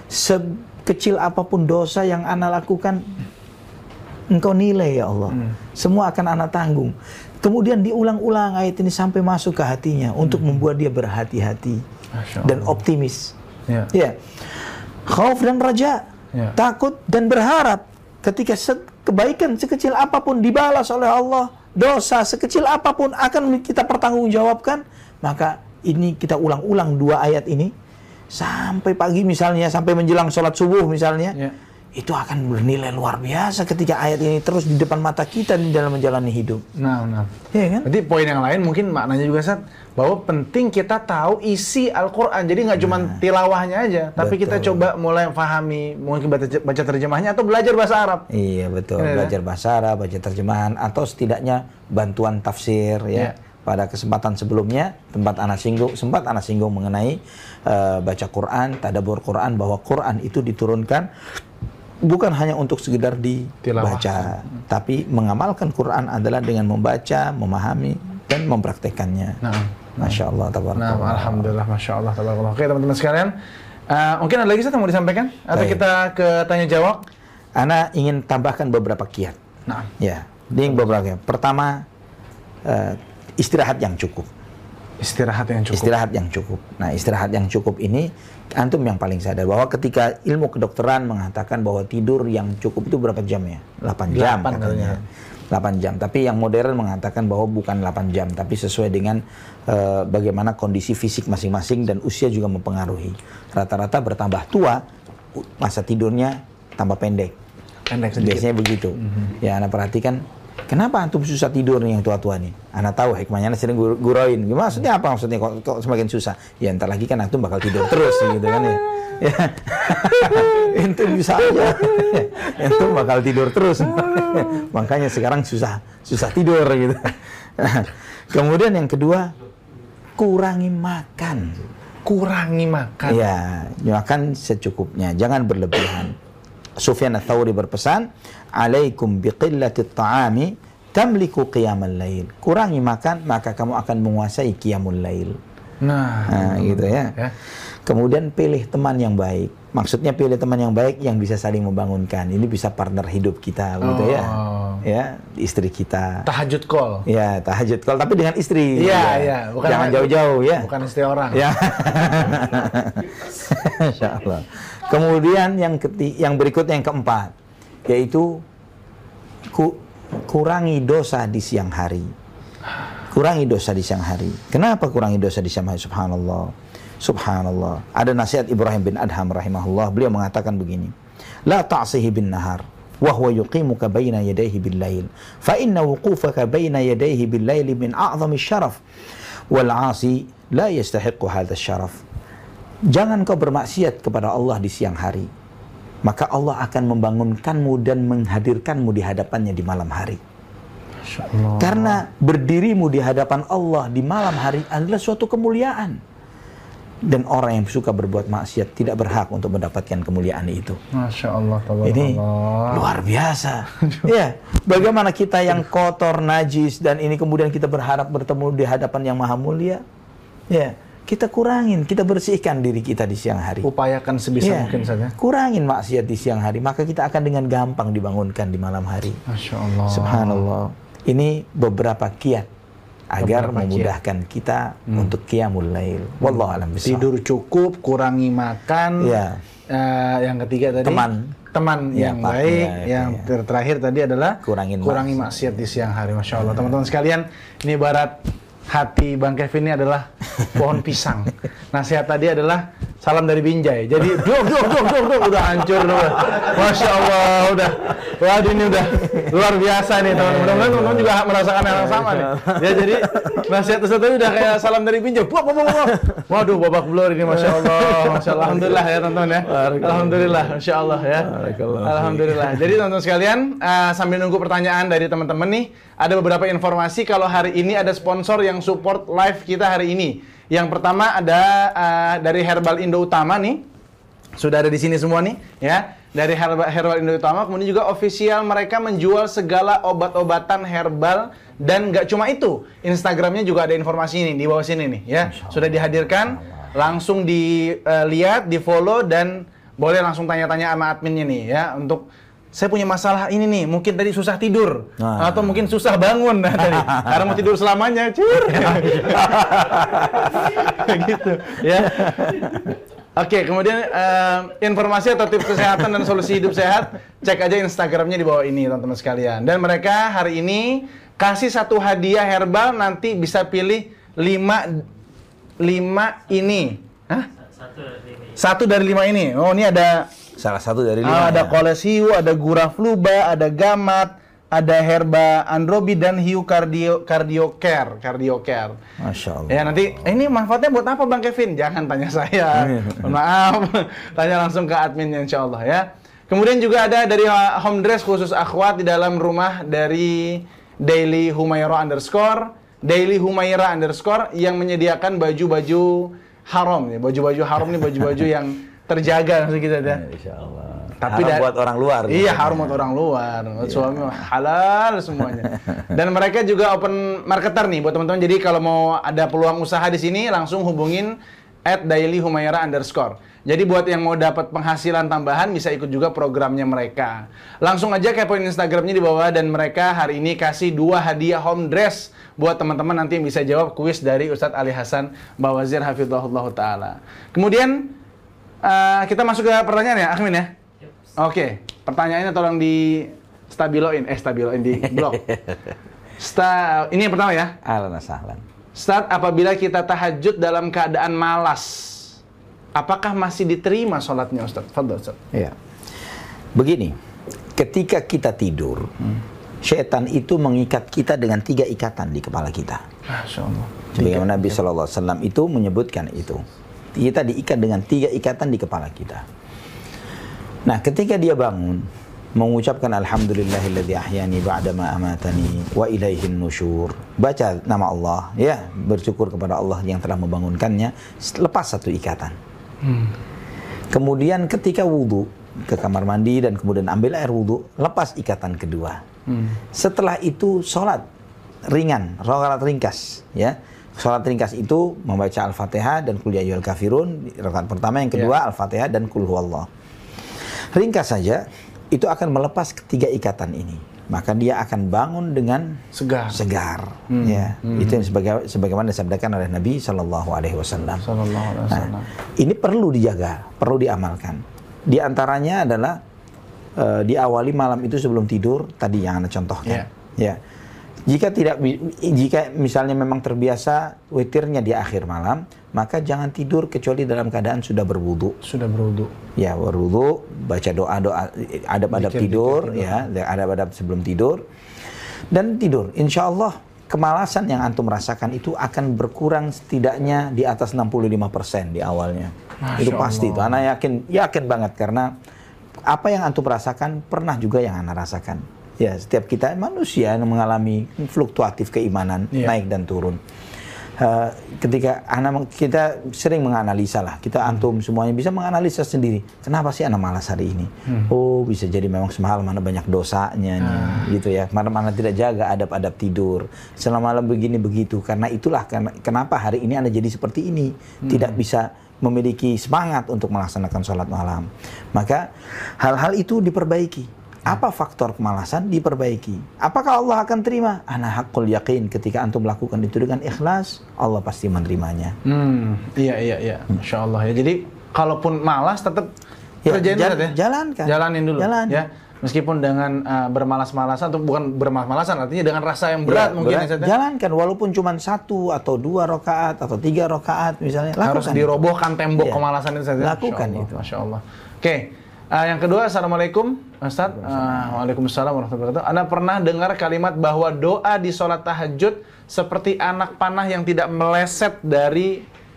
Sekecil apapun dosa yang ana lakukan, Engkau nilai, ya Allah. Semua akan ana tanggung. Kemudian diulang-ulang ayat ini sampai masuk ke hatinya untuk membuat dia berhati-hati dan optimis. Ya. Khauf dan raja, takut dan berharap. Ketika kebaikan sekecil apapun dibalas oleh Allah, dosa sekecil apapun akan kita pertanggungjawabkan, maka ini kita ulang-ulang 2 ayat ini sampai pagi misalnya, sampai menjelang sholat subuh misalnya. Itu akan bernilai luar biasa ketika ayat ini terus di depan mata kita di dalam menjalani hidup. Ya kan? Jadi poin yang lain mungkin maknanya juga, Ustaz, bahwa penting kita tahu isi Al-Quran. Jadi nggak cuma tilawahnya aja, tapi kita coba mulai pahami, mungkin baca terjemahnya atau belajar bahasa Arab. Iya, betul. Belajar bahasa Arab, baca terjemahan, atau setidaknya bantuan tafsir ya. Pada kesempatan sebelumnya, sempat anak singgung mengenai baca Quran, tadabbur Quran, bahwa Quran itu diturunkan bukan hanya untuk sekedar dibaca, tapi mengamalkan Quran adalah dengan membaca, memahami, dan mempraktekannya. Masya Allah, tabarakallah. Alhamdulillah, Masya Allah, tabarakallah. Oke, teman-teman sekalian, mungkin ada lagi yang mau disampaikan? Atau kita ke tanya jawab? Ana ingin tambahkan beberapa kiat. Ya, beberapa. Pertama, istirahat yang cukup. Istirahat yang cukup. Nah, istirahat yang cukup ini antum yang paling sadar bahwa ketika ilmu kedokteran mengatakan bahwa tidur yang cukup itu berapa jam ya? 8 jam katanya. 8 jam. Tapi yang modern mengatakan bahwa bukan 8 jam, tapi sesuai dengan bagaimana kondisi fisik masing-masing dan usia juga mempengaruhi. Rata-rata bertambah tua, masa tidurnya tambah pendek. Biasanya begitu. Ya, Anda perhatikan. Kenapa antum susah tidur nih yang tua-tua nih? Anda tahu hikmahnya, Anda sering guroin. Maksudnya apa maksudnya kok semakin susah? Ya entar lagi kan antum bakal tidur terus gitu kan ya. Antum bisa aja. Antum bakal tidur terus. Makanya sekarang susah tidur gitu. Kemudian yang kedua, kurangi makan. Ya, makan secukupnya, jangan berlebihan. Sufyan Ats-Tsauri berpesan, "Alaikum biqillatit ta'ami tamliku qiyamal lail." Kurangi makan, maka kamu akan menguasai qiyamul lail. Nah, gitu ya. Kemudian pilih teman yang baik. Maksudnya pilih teman yang baik yang bisa saling membangunkan. Ini bisa partner hidup kita, gitu ya. Ya, istri kita. Tahajud call. Ya, tahajud call tapi dengan istri. Iya. Jangan jauh-jauh ya. Bukan istri orang. Ya. Insyaallah. Kemudian yang berikutnya yang keempat, yaitu kurangi dosa di siang hari. Kenapa kurangi dosa di siang hari? Subhanallah. Ada nasihat Ibrahim bin Adham rahimahullah. Beliau mengatakan begini, la ta'sihi bin nahar wa huwa yuqimuka baina yadayhi bil lail fa inna wuqufaka baina yadayhi bil lail min a'zami syaraf wal 'asi la yastahiqqu hadha syaraf. Jangan kau bermaksiat kepada Allah di siang hari, maka Allah akan membangunkanmu dan menghadirkanmu di hadapannya di malam hari. Karena berdirimu di hadapan Allah di malam hari adalah suatu kemuliaan. Dan orang yang suka berbuat maksiat tidak berhak untuk mendapatkan kemuliaan itu. Masya Allah, ini luar biasa. Ya, bagaimana kita yang kotor, najis, dan ini kemudian kita berharap bertemu di hadapan yang maha mulia. Ya. Kita kurangin, kita bersihkan diri kita di siang hari. Upayakan sebisa mungkin saja. Kurangin maksiat di siang hari, maka kita akan dengan gampang dibangunkan di malam hari. Masya Allah. Subhanallah. Ini beberapa kiat agar memudahkan kita untuk qiyamul lail. Wallahu a'lam bishawab. Tidur cukup, kurangi makan. Ya. Yang ketiga tadi teman yang baik. Yang terakhir tadi adalah kurangi maksiat di siang hari. Masya Allah. Teman-teman sekalian, ini ibarat hati Bang Kevin ini adalah pohon pisang. Nasihat tadi adalah salam dari Binjai. Jadi dok udah hancur udah. Masya Allah udah. Waduh ini udah luar biasa nih teman-teman. Teman-teman juga merasakan hal yang sama nih. Ya jadi nasihat tersebut udah kayak salam dari Binjai. Waduh, babak belur ini, masya Allah, masya Allah. Alhamdulillah ya teman-teman ya. Alhamdulillah, masya Allah ya. Alhamdulillah. Jadi teman-teman sekalian, sambil nunggu pertanyaan dari teman-teman nih, ada beberapa informasi kalau hari ini ada sponsor yang support live kita hari ini. Yang pertama ada dari Herbal Indo Utama nih, sudah ada di sini semua nih, ya. Dari Herbal Indo Utama, kemudian juga official mereka menjual segala obat-obatan herbal dan nggak cuma itu, Instagramnya juga ada informasi ini di bawah sini nih, ya. Sudah dihadirkan, langsung dilihat, di follow dan boleh langsung tanya-tanya sama adminnya nih, ya. Untuk saya punya masalah ini nih, mungkin tadi susah tidur atau mungkin susah bangun tadi, karena mau tidur selamanya, gitu, ya. Oke, kemudian informasi atau tips kesehatan dan solusi hidup sehat, cek aja Instagramnya di bawah ini, teman-teman sekalian. Dan mereka hari ini kasih satu hadiah herbal, nanti bisa pilih 5 ini. Hah? Satu dari 5 ini. Oh, ini ada salah satu dari 5. Ada kolesiu, ada gura fluba, ada gamat, ada herba androbi dan hiu cardio care. Masya Allah. Ya nanti ini manfaatnya buat apa Bang Kevin? Jangan tanya saya. Mohon maaf. Tanya langsung ke adminnya insya Allah ya. Kemudian juga ada dari home dress khusus akhwat di dalam rumah dari Daily Humaira _ Daily Humaira _ yang menyediakan baju-baju haram ya. Baju-baju haram nih baju-baju yang terjaga maksud kita ya. Insya Allah. Tapi haram buat orang luar. Iya, haram buat orang luar. Suami halal semuanya. Dan mereka juga open marketer nih buat teman-teman. Jadi kalau mau ada peluang usaha di sini langsung hubungin @dailyhumaira _ Jadi buat yang mau dapat penghasilan tambahan bisa ikut juga programnya mereka. Langsung aja kepoin Instagramnya di bawah dan mereka hari ini kasih 2 hadiah home dress buat teman-teman nanti yang bisa jawab kuis dari Ustadz Ali Hasan Bawazir hafizahullah taala. Kemudian kita masuk ke pertanyaan ya, Akhmin ya. Oke, pertanyaannya tolong di stabiloin di blog. Ini yang pertama ya. Ahlan sahlan. Ustaz, apabila kita tahajud dalam keadaan malas, apakah masih diterima sholatnya Ustaz? Fadhol Ustaz. Iya. Begini, ketika kita tidur, syaitan itu mengikat kita dengan 3 ikatan di kepala kita. Masya Allah. Sebagaimana Nabi SAW itu menyebutkan itu. Kita diikat dengan 3 ikatan di kepala kita. Nah, ketika dia bangun, mengucapkan Alhamdulillahilladzi ahyani ba'dama amatani wa ilaihin nusyur. Baca nama Allah, ya, bersyukur kepada Allah yang telah membangunkannya, lepas 1 ikatan. Kemudian ketika wudhu, ke kamar mandi dan kemudian ambil air wudhu, lepas ikatan kedua. Setelah itu sholat ringan, sholat ringkas, ya. Sholat ringkas itu membaca Al-Fatihah dan Qul ya ayyuhal kafirun, rakaat pertama, yang kedua Al-Fatihah dan Qul huwallah. Ringkas saja, itu akan melepas ketiga ikatan ini. Maka dia akan bangun dengan segar. Ya, itu yang sebagaimana disabdakan oleh Nabi Shallallahu Alaihi Wasallam. Nah, ini perlu dijaga, perlu diamalkan. Di antaranya adalah diawali malam itu sebelum tidur. Tadi yang Anda contohkan. Ya. Jika misalnya memang terbiasa witirnya di akhir malam, maka jangan tidur kecuali dalam keadaan sudah berwudu. Ya, berwudu, baca doa-doa, adab-adab tidur, ya, adab-adab sebelum tidur, dan tidur. Insya Allah kemalasan yang antum rasakan itu akan berkurang setidaknya di atas 65% di awalnya. Masya itu pasti Allah. Itu, anak yakin banget karena apa yang antum rasakan pernah juga yang anak rasakan. Ya, setiap kita manusia yang mengalami fluktuatif keimanan, naik dan turun. Ketika kita sering menganalisa lah, kita antum semuanya bisa menganalisa sendiri. Kenapa sih anak malas hari ini? Oh, bisa jadi memang semalam mana banyak dosanya nih, gitu ya. Mana tidak jaga adab-adab tidur. Selama malam begini begitu. Karena itulah kenapa hari ini Anda jadi seperti ini, tidak bisa memiliki semangat untuk melaksanakan sholat malam. Maka hal-hal itu diperbaiki. Apa faktor kemalasan? Diperbaiki. Apakah Allah akan terima? Ana haqqul yakin, ketika antum melakukan itu dengan ikhlas, Allah pasti menerimanya. Iya. Masya Allah ya. Jadi kalaupun malas tetap kerjain ya. Jalanin dulu. Ya. Meskipun dengan bermalas-malasan atau bukan bermalas-malasan, artinya dengan rasa yang berat mungkin. Jalankan walaupun cuma 1 atau 2 rakaat atau 3 rakaat misalnya. Harus dirobohkan tembok kemalasan itu saja. Lakukan itu. Masya Allah. Oke. Yang kedua, Assalamualaikum Ustaz. Waalaikumsalam warahmatullahi wabarakatuh. Anda pernah dengar kalimat bahwa doa di sholat tahajud seperti anak panah yang tidak meleset dari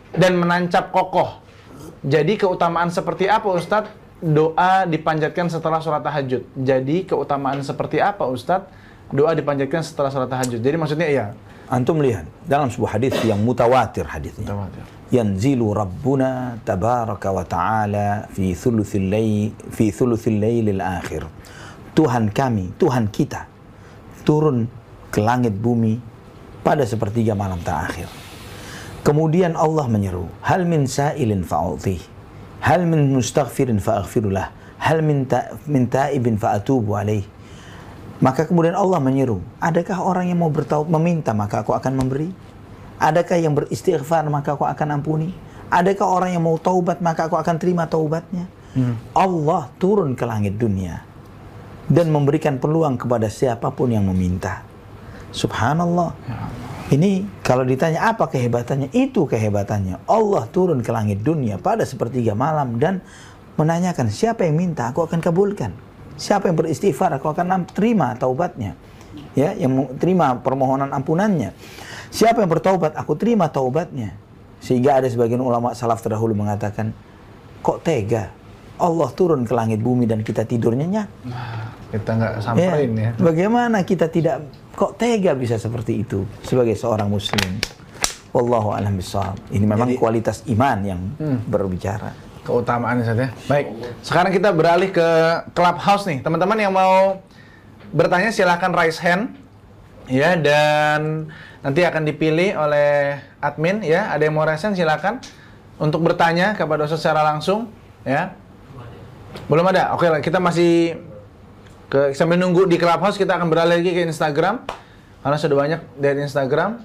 dan menancap kokoh. Jadi keutamaan seperti apa Ustadz? Doa dipanjatkan setelah sholat tahajud. Jadi keutamaan seperti apa Ustadz? Doa dipanjatkan setelah sholat tahajud. Jadi maksudnya ya. Antum lihat dalam sebuah hadis yang mutawatir hadisnya. Mutawatir. Yanzilu Rabbuna tabaraka wa ta'ala fi thuluthil lailil akhir. Tuhan kami, Tuhan kita turun ke langit bumi pada sepertiga malam terakhir. Kemudian Allah menyeru, hal min sa'ilin fa'u'tih, hal min mustaghfirin fa'aghfirulah, hal min ta'ibin fa'atubu alaih. Maka kemudian Allah menyeru, adakah orang yang mau bertaubat meminta maka aku akan memberi? Adakah yang beristighfar maka aku akan ampuni? Adakah orang yang mau taubat maka aku akan terima taubatnya? Allah turun ke langit dunia dan memberikan peluang kepada siapapun yang meminta. Subhanallah. Ini kalau ditanya apa kehebatannya, itu kehebatannya. Allah turun ke langit dunia pada sepertiga malam dan menanyakan siapa yang minta aku akan kabulkan. Siapa yang beristighfar aku akan terima taubatnya. Ya, yang terima permohonan ampunannya. Siapa yang bertaubat aku terima taubatnya. Sehingga ada sebagian ulama salaf terdahulu mengatakan, kok tega Allah turun ke langit bumi dan kita tidur nyenyak. Kita nggak samperin ya. Bagaimana kita tidak, kok tega bisa seperti itu sebagai seorang muslim. Wallahu a'lam bishawab. Ini memang kualitas iman yang berbicara. Keutamaan saja. Baik, sekarang kita beralih ke Clubhouse nih. Teman-teman yang mau bertanya silahkan raise hand ya, dan nanti akan dipilih oleh admin ya. Ada yang mau raise hand silahkan untuk bertanya kepada Ustaz secara langsung ya. Belum ada? Oke, kita masih sambil nunggu di Clubhouse, kita akan beralih lagi ke Instagram karena sudah banyak dari Instagram.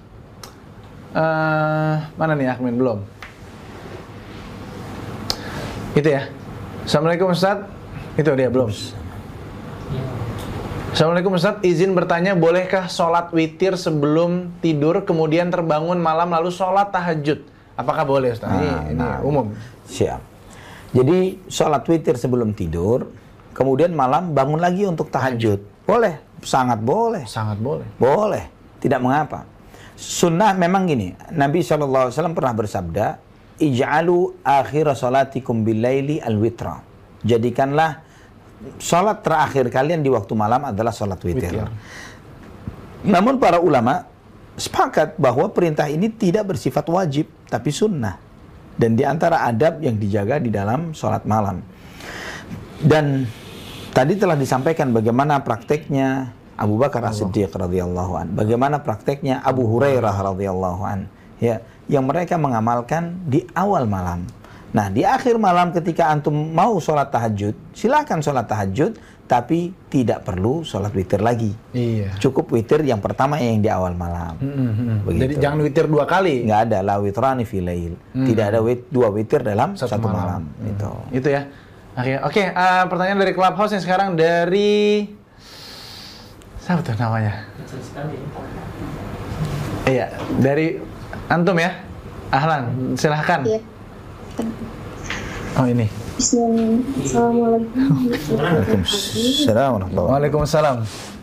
Mana nih admin? Belum. Itu ya. Assalamualaikum Ustaz. Itu dia belum. Assalamualaikum Ustaz, izin bertanya, bolehkah sholat witir sebelum tidur kemudian terbangun malam lalu sholat tahajud? Apakah boleh Ustaz? Ini umum. Siap. Jadi sholat witir sebelum tidur, kemudian malam bangun lagi untuk tahajud. Boleh, sangat boleh. Sangat boleh. Boleh, tidak mengapa. Sunnah memang gini, Nabi SAW pernah bersabda, ij'alu akhira salatikum billaili al-witra. Jadikanlah salat terakhir kalian di waktu malam adalah salat witir. Namun para ulama sepakat bahwa perintah ini tidak bersifat wajib, tapi sunnah. Dan di antara adab yang dijaga di dalam salat malam. Dan tadi telah disampaikan bagaimana prakteknya Abu Bakar As-Siddiq radhiyallahu an, bagaimana prakteknya Abu Hurairah radhiyallahu an. Ya, yang mereka mengamalkan di awal malam. Nah, di akhir malam ketika antum mau sholat tahajud, silakan sholat tahajud, tapi tidak perlu sholat witir lagi. Iya. Cukup witir yang pertama yang di awal malam. Jadi jangan witir 2 kali. Nggak ada la witrani fi lail. Tidak ada dua witir dalam satu malam. Itu ya. Oke, pertanyaan dari Clubhouse yang sekarang dari siapa tuh namanya? Iya, dari antum ya? Ahlan, silahkan. Iya. Oh ini. Assalamualaikum. Waalaikumsalam.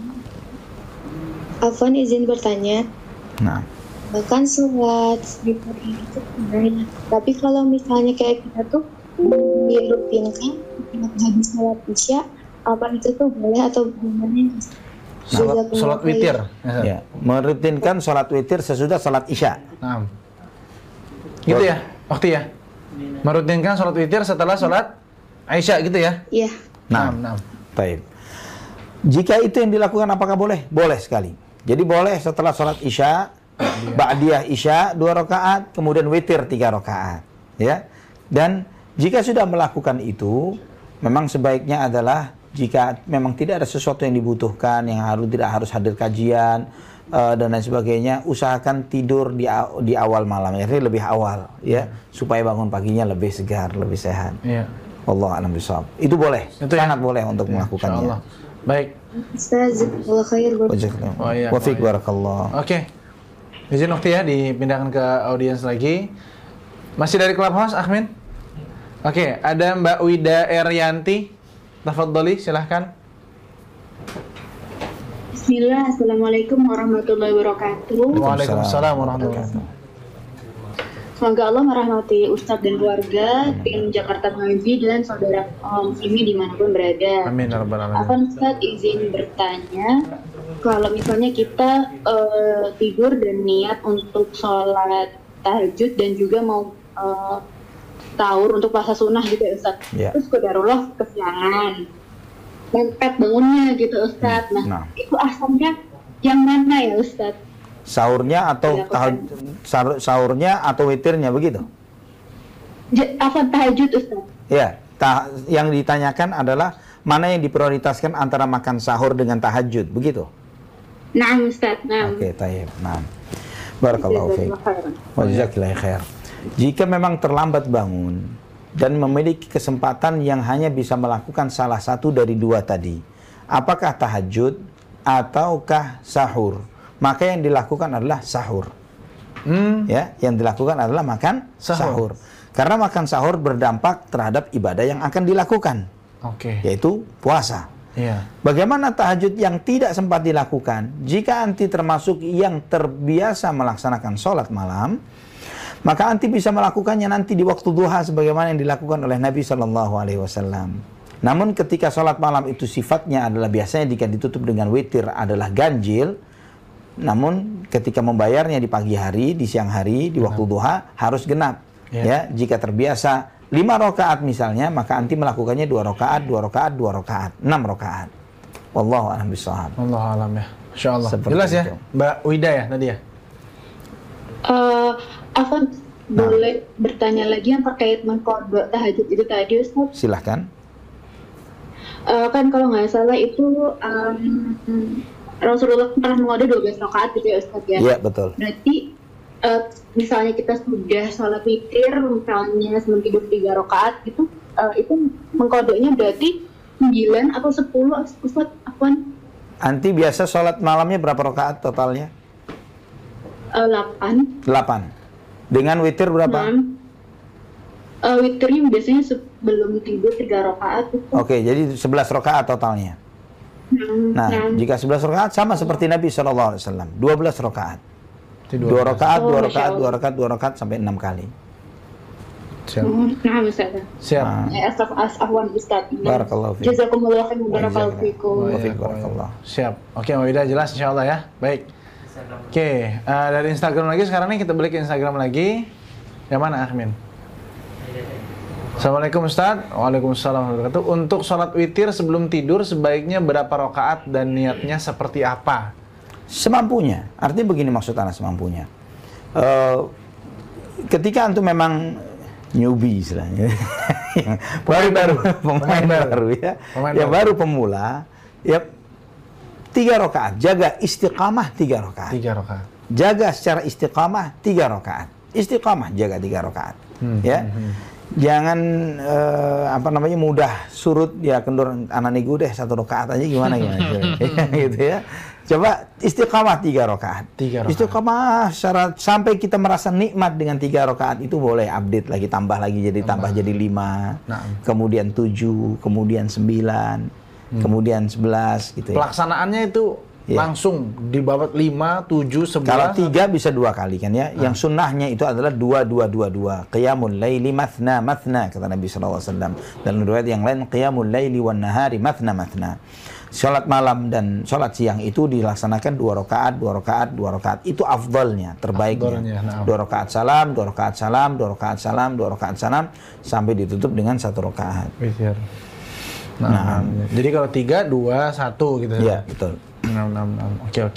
Afwan izin bertanya. Nah. Bahkan sholat witir itu sebenarnya. Tapi kalau misalnya kayak kita tuh dirutinkan habis sholat isya, apa itu tuh boleh atau gimana? Sholat witir. Ya, merutinkan sholat witir sesudah sholat isya. Nah. Gitu ya, waktu ya. Merutinkan sholat witir setelah sholat isya gitu ya? Iya. Nah. Baik. Jika itu yang dilakukan apakah boleh? Boleh sekali. Jadi boleh setelah sholat isya, ba'diyah isya 2 rakaat, kemudian witir 3 rakaat. Ya. Dan jika sudah melakukan itu, memang sebaiknya adalah jika memang tidak ada sesuatu yang dibutuhkan, yang tidak harus hadir kajian dan lain sebagainya, usahakan tidur di awal malam, ya, lebih awal, ya, supaya bangun paginya lebih segar, lebih sehat. Iya. Allah a'lam bishawab. Itu boleh, itu sangat boleh untuk melakukannya. Baik. Jazakallahu khair. Wa fiik barakallah. Oke. Izin waktu ya dipindahkan ke audiens lagi. Masih dari Clubhouse, Ahmin? Oke, ada Mbak Wida Erianti. Tafadhali, silahkan. Bismillah, Assalamualaikum warahmatullahi wabarakatuh. Waalaikumsalam warahmatullahi wabarakatuh. Semoga Allah merahmati Ustadz dan keluarga, tim Jakarta Ngaji dan saudara muslimin dimanapun berada. Amin ya rabbal alamin. Afwan Ustadz izin bertanya, kalau misalnya kita tidur dan niat untuk sholat tahajud dan juga mau sahur untuk puasa sunnah gitu ya Ustadz, terus qadarullah kesiangan, mepet bangunnya gitu Ustadz. Nah, itu asalnya yang mana ya Ustadz? Sahurnya atau sahurnya atau witirnya begitu? Apa tahajud Ustaz? Ya, yang ditanyakan adalah mana yang diprioritaskan antara makan sahur dengan tahajud, begitu? Naam Ustaz, naam. Oke, tayyib. Naam. Barakallahu fiik. Wa jazakallahu khair. Jika memang terlambat bangun dan memiliki kesempatan yang hanya bisa melakukan salah satu dari dua tadi, apakah tahajud ataukah sahur? Maka yang dilakukan adalah sahur. Ya, yang dilakukan adalah makan sahur. Karena makan sahur berdampak terhadap ibadah yang akan dilakukan. Yaitu puasa. Bagaimana tahajud yang tidak sempat dilakukan? Jika anti termasuk yang terbiasa melaksanakan sholat malam, maka anti bisa melakukannya nanti di waktu duha sebagaimana yang dilakukan oleh Nabi SAW. Namun ketika sholat malam itu sifatnya adalah biasanya jika ditutup dengan witir adalah ganjil. Namun ketika membayarnya di pagi hari, di siang hari, di waktu duha harus genap. Ya, jika terbiasa 5 rakaat misalnya, maka anti melakukannya 2 rakaat, 2 rakaat, 2 rakaat, 6 rakaat. Wallahu a'lam bishawab. Wallahu a'lam ya. Insyaallah. Jelas ya, Mbak Wida ya tadi ya? Afwan, boleh bertanya lagi yang terkait mengqadha tahajud itu tadi Ustaz? Silahkan. Kan kalau nggak salah itu Rasulullah pernah mengqadha 12 rakaat gitu ya Ustaz ya? Iya, betul. Berarti misalnya kita sudah sholat witir, misalnya sebelum tidur 3 rakaat gitu, itu mengqadhanya berarti 9 atau 10 Ustaz? Afwan? Anti biasa sholat malamnya berapa rakaat totalnya? 8. Dengan witir berapa? Witirnya biasanya sebelum tidur 3 rakaat gitu. Oke, jadi 11 rakaat totalnya. Nah, jika 11 rakaat sama seperti Nabi SAW, 12 rakaat. 2 rakaat, 2 rakaat, 2 rakaat, 2 rakaat sampai 6 kali. Siap. Nah, Ustaz. Siap. Afwan Ustaz. Barakallahu fiik. Jazakumullah khairan barakallahu fiikum. Siap. Oke, Mbak Wida jelas insyaallah ya. Baik. Oke, dari Instagram lagi sekarang nih kita balik ke Instagram lagi. Yang mana Ahmin? Assalamualaikum Ustaz. Waalaikumsalam warahmatullahi wabarakatuh. Untuk sholat witir sebelum tidur sebaiknya berapa rakaat dan niatnya seperti apa? Semampunya. Artinya begini maksud anak semampunya. Ketika antum memang newbie istilahnya, pemain baru ya, yang baru pemula, ya 3 rakaat. Jaga istiqamah 3 rakaat. 3 rakaat. Jaga secara istiqamah 3 rakaat. Istiqamah jaga 3 rakaat. Ya. Jangan mudah surut ya kendur anak nigu deh 1 rakaat aja gimana gitu ya. Coba istiqamah 3 rakaat. Istiqamah sampai kita merasa nikmat dengan 3 rakaat itu boleh update lagi, tambah lagi tambah jadi 5. Kemudian 7, kemudian 9, kemudian 11 gitu ya. Pelaksanaannya itu langsung di bawah 5, 7, 11. Kalau 3 bisa 2 kali kan ya. Yang sunnahnya itu adalah 2. Qiyamul laili mathna kata Nabi SAW. Dan riwayat yang lain qiyamul laili wan nahari mathna. Salat malam dan salat siang itu dilaksanakan 2 rakaat, 2 rakaat, 2 rakaat. Itu afdalnya, terbaiknya. 2 rakaat salam, 2 rakaat salam, 2 rakaat salam, 2 rakaat salam sampai ditutup dengan 1 rakaat. Nah, jadi kalau 3, 2, 1 gitu. Iya, betul. 6.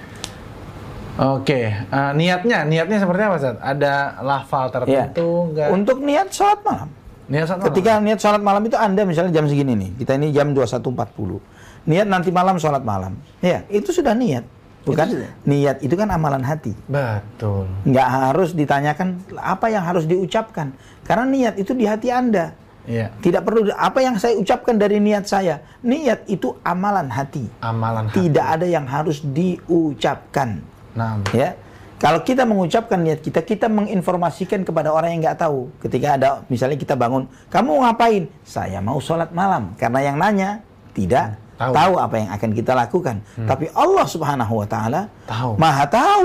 Oke. Niatnya seperti apa, Ustaz? Ada lafal tertentu enggak? Untuk niat salat malam. Ketika niat salat malam itu Anda misalnya jam segini nih. Kita ini jam 21.40. Niat nanti malam salat malam. Ya, itu sudah niat. Bukan niat itu kan amalan hati. Betul. Nggak harus ditanyakan apa yang harus diucapkan. Karena niat itu di hati Anda. Iya. Tidak perlu apa yang saya ucapkan dari niat saya. Niat itu amalan hati. Tidak ada yang harus diucapkan. Ya. Kalau kita mengucapkan niat kita, kita menginformasikan kepada orang yang nggak tahu. Ketika ada misalnya kita bangun, kamu mau ngapain? Saya mau sholat malam. Karena yang nanya tidak tahu apa yang akan kita lakukan. Tapi Allah Subhanahu Wa Taala maha tahu.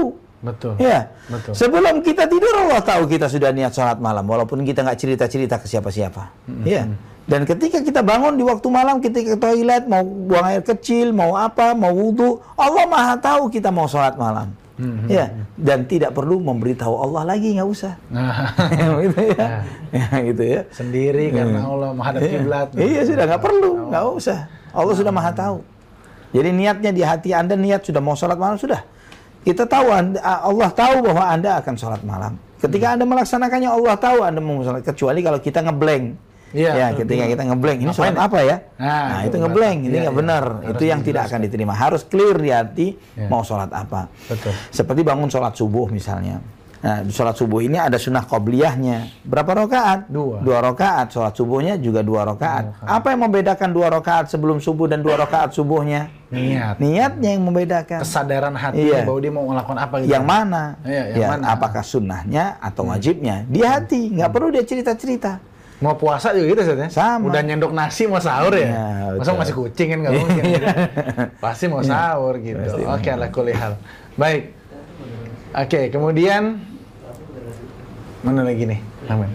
Betul. Ya. Betul. Sebelum kita tidur Allah tahu kita sudah niat sholat malam, walaupun kita nggak cerita-cerita ke siapa-siapa. Ya. Dan ketika kita bangun di waktu malam, kita ke toilet, mau buang air kecil, mau apa, mau wudhu, Allah Maha tahu kita mau sholat malam. Ya. Dan tidak perlu memberitahu Allah lagi, nggak usah. Gitu ya. Ya, gitu ya. Sendiri karena Allah menghadap kiblat. Iya, sudah nggak perlu, nggak usah. Allah sudah Maha tahu. Jadi niatnya di hati Anda, niat sudah mau sholat malam, sudah. Kita tahu, Allah tahu bahwa Anda akan sholat malam. Ketika Anda melaksanakannya, Allah tahu Anda mau sholat. Kecuali kalau kita ngeblank. Ya, ketika kita ngeblank, ini sholat apa ya? Nah, itu ngeblank, ini nggak benar. Itu yang tidak akan diterima. Harus clear di hati, mau sholat apa. Betul. Seperti bangun sholat subuh misalnya. Nah, di sholat subuh ini ada sunnah qobliyahnya. Berapa rakaat? 2 rakaat. Sholat subuhnya juga 2 rakaat. Apa yang membedakan 2 rakaat sebelum subuh dan 2 rakaat subuhnya? Niatnya yang membedakan. Kesadaran hati bahwa dia mau melakukan apa gitu. Yang mana? Yang mana? Apakah sunnahnya atau wajibnya? Di hati, nggak perlu dia cerita-cerita. Mau puasa juga gitu Ustaz ya? Sama. Udah nyendok nasi mau sahur ya? Masa masih kucing kan nggak mungkin gitu. Pasti mau sahur gitu. Oke, ala kulli hal. Baik. Oke, kemudian mana lagi nih? Amin.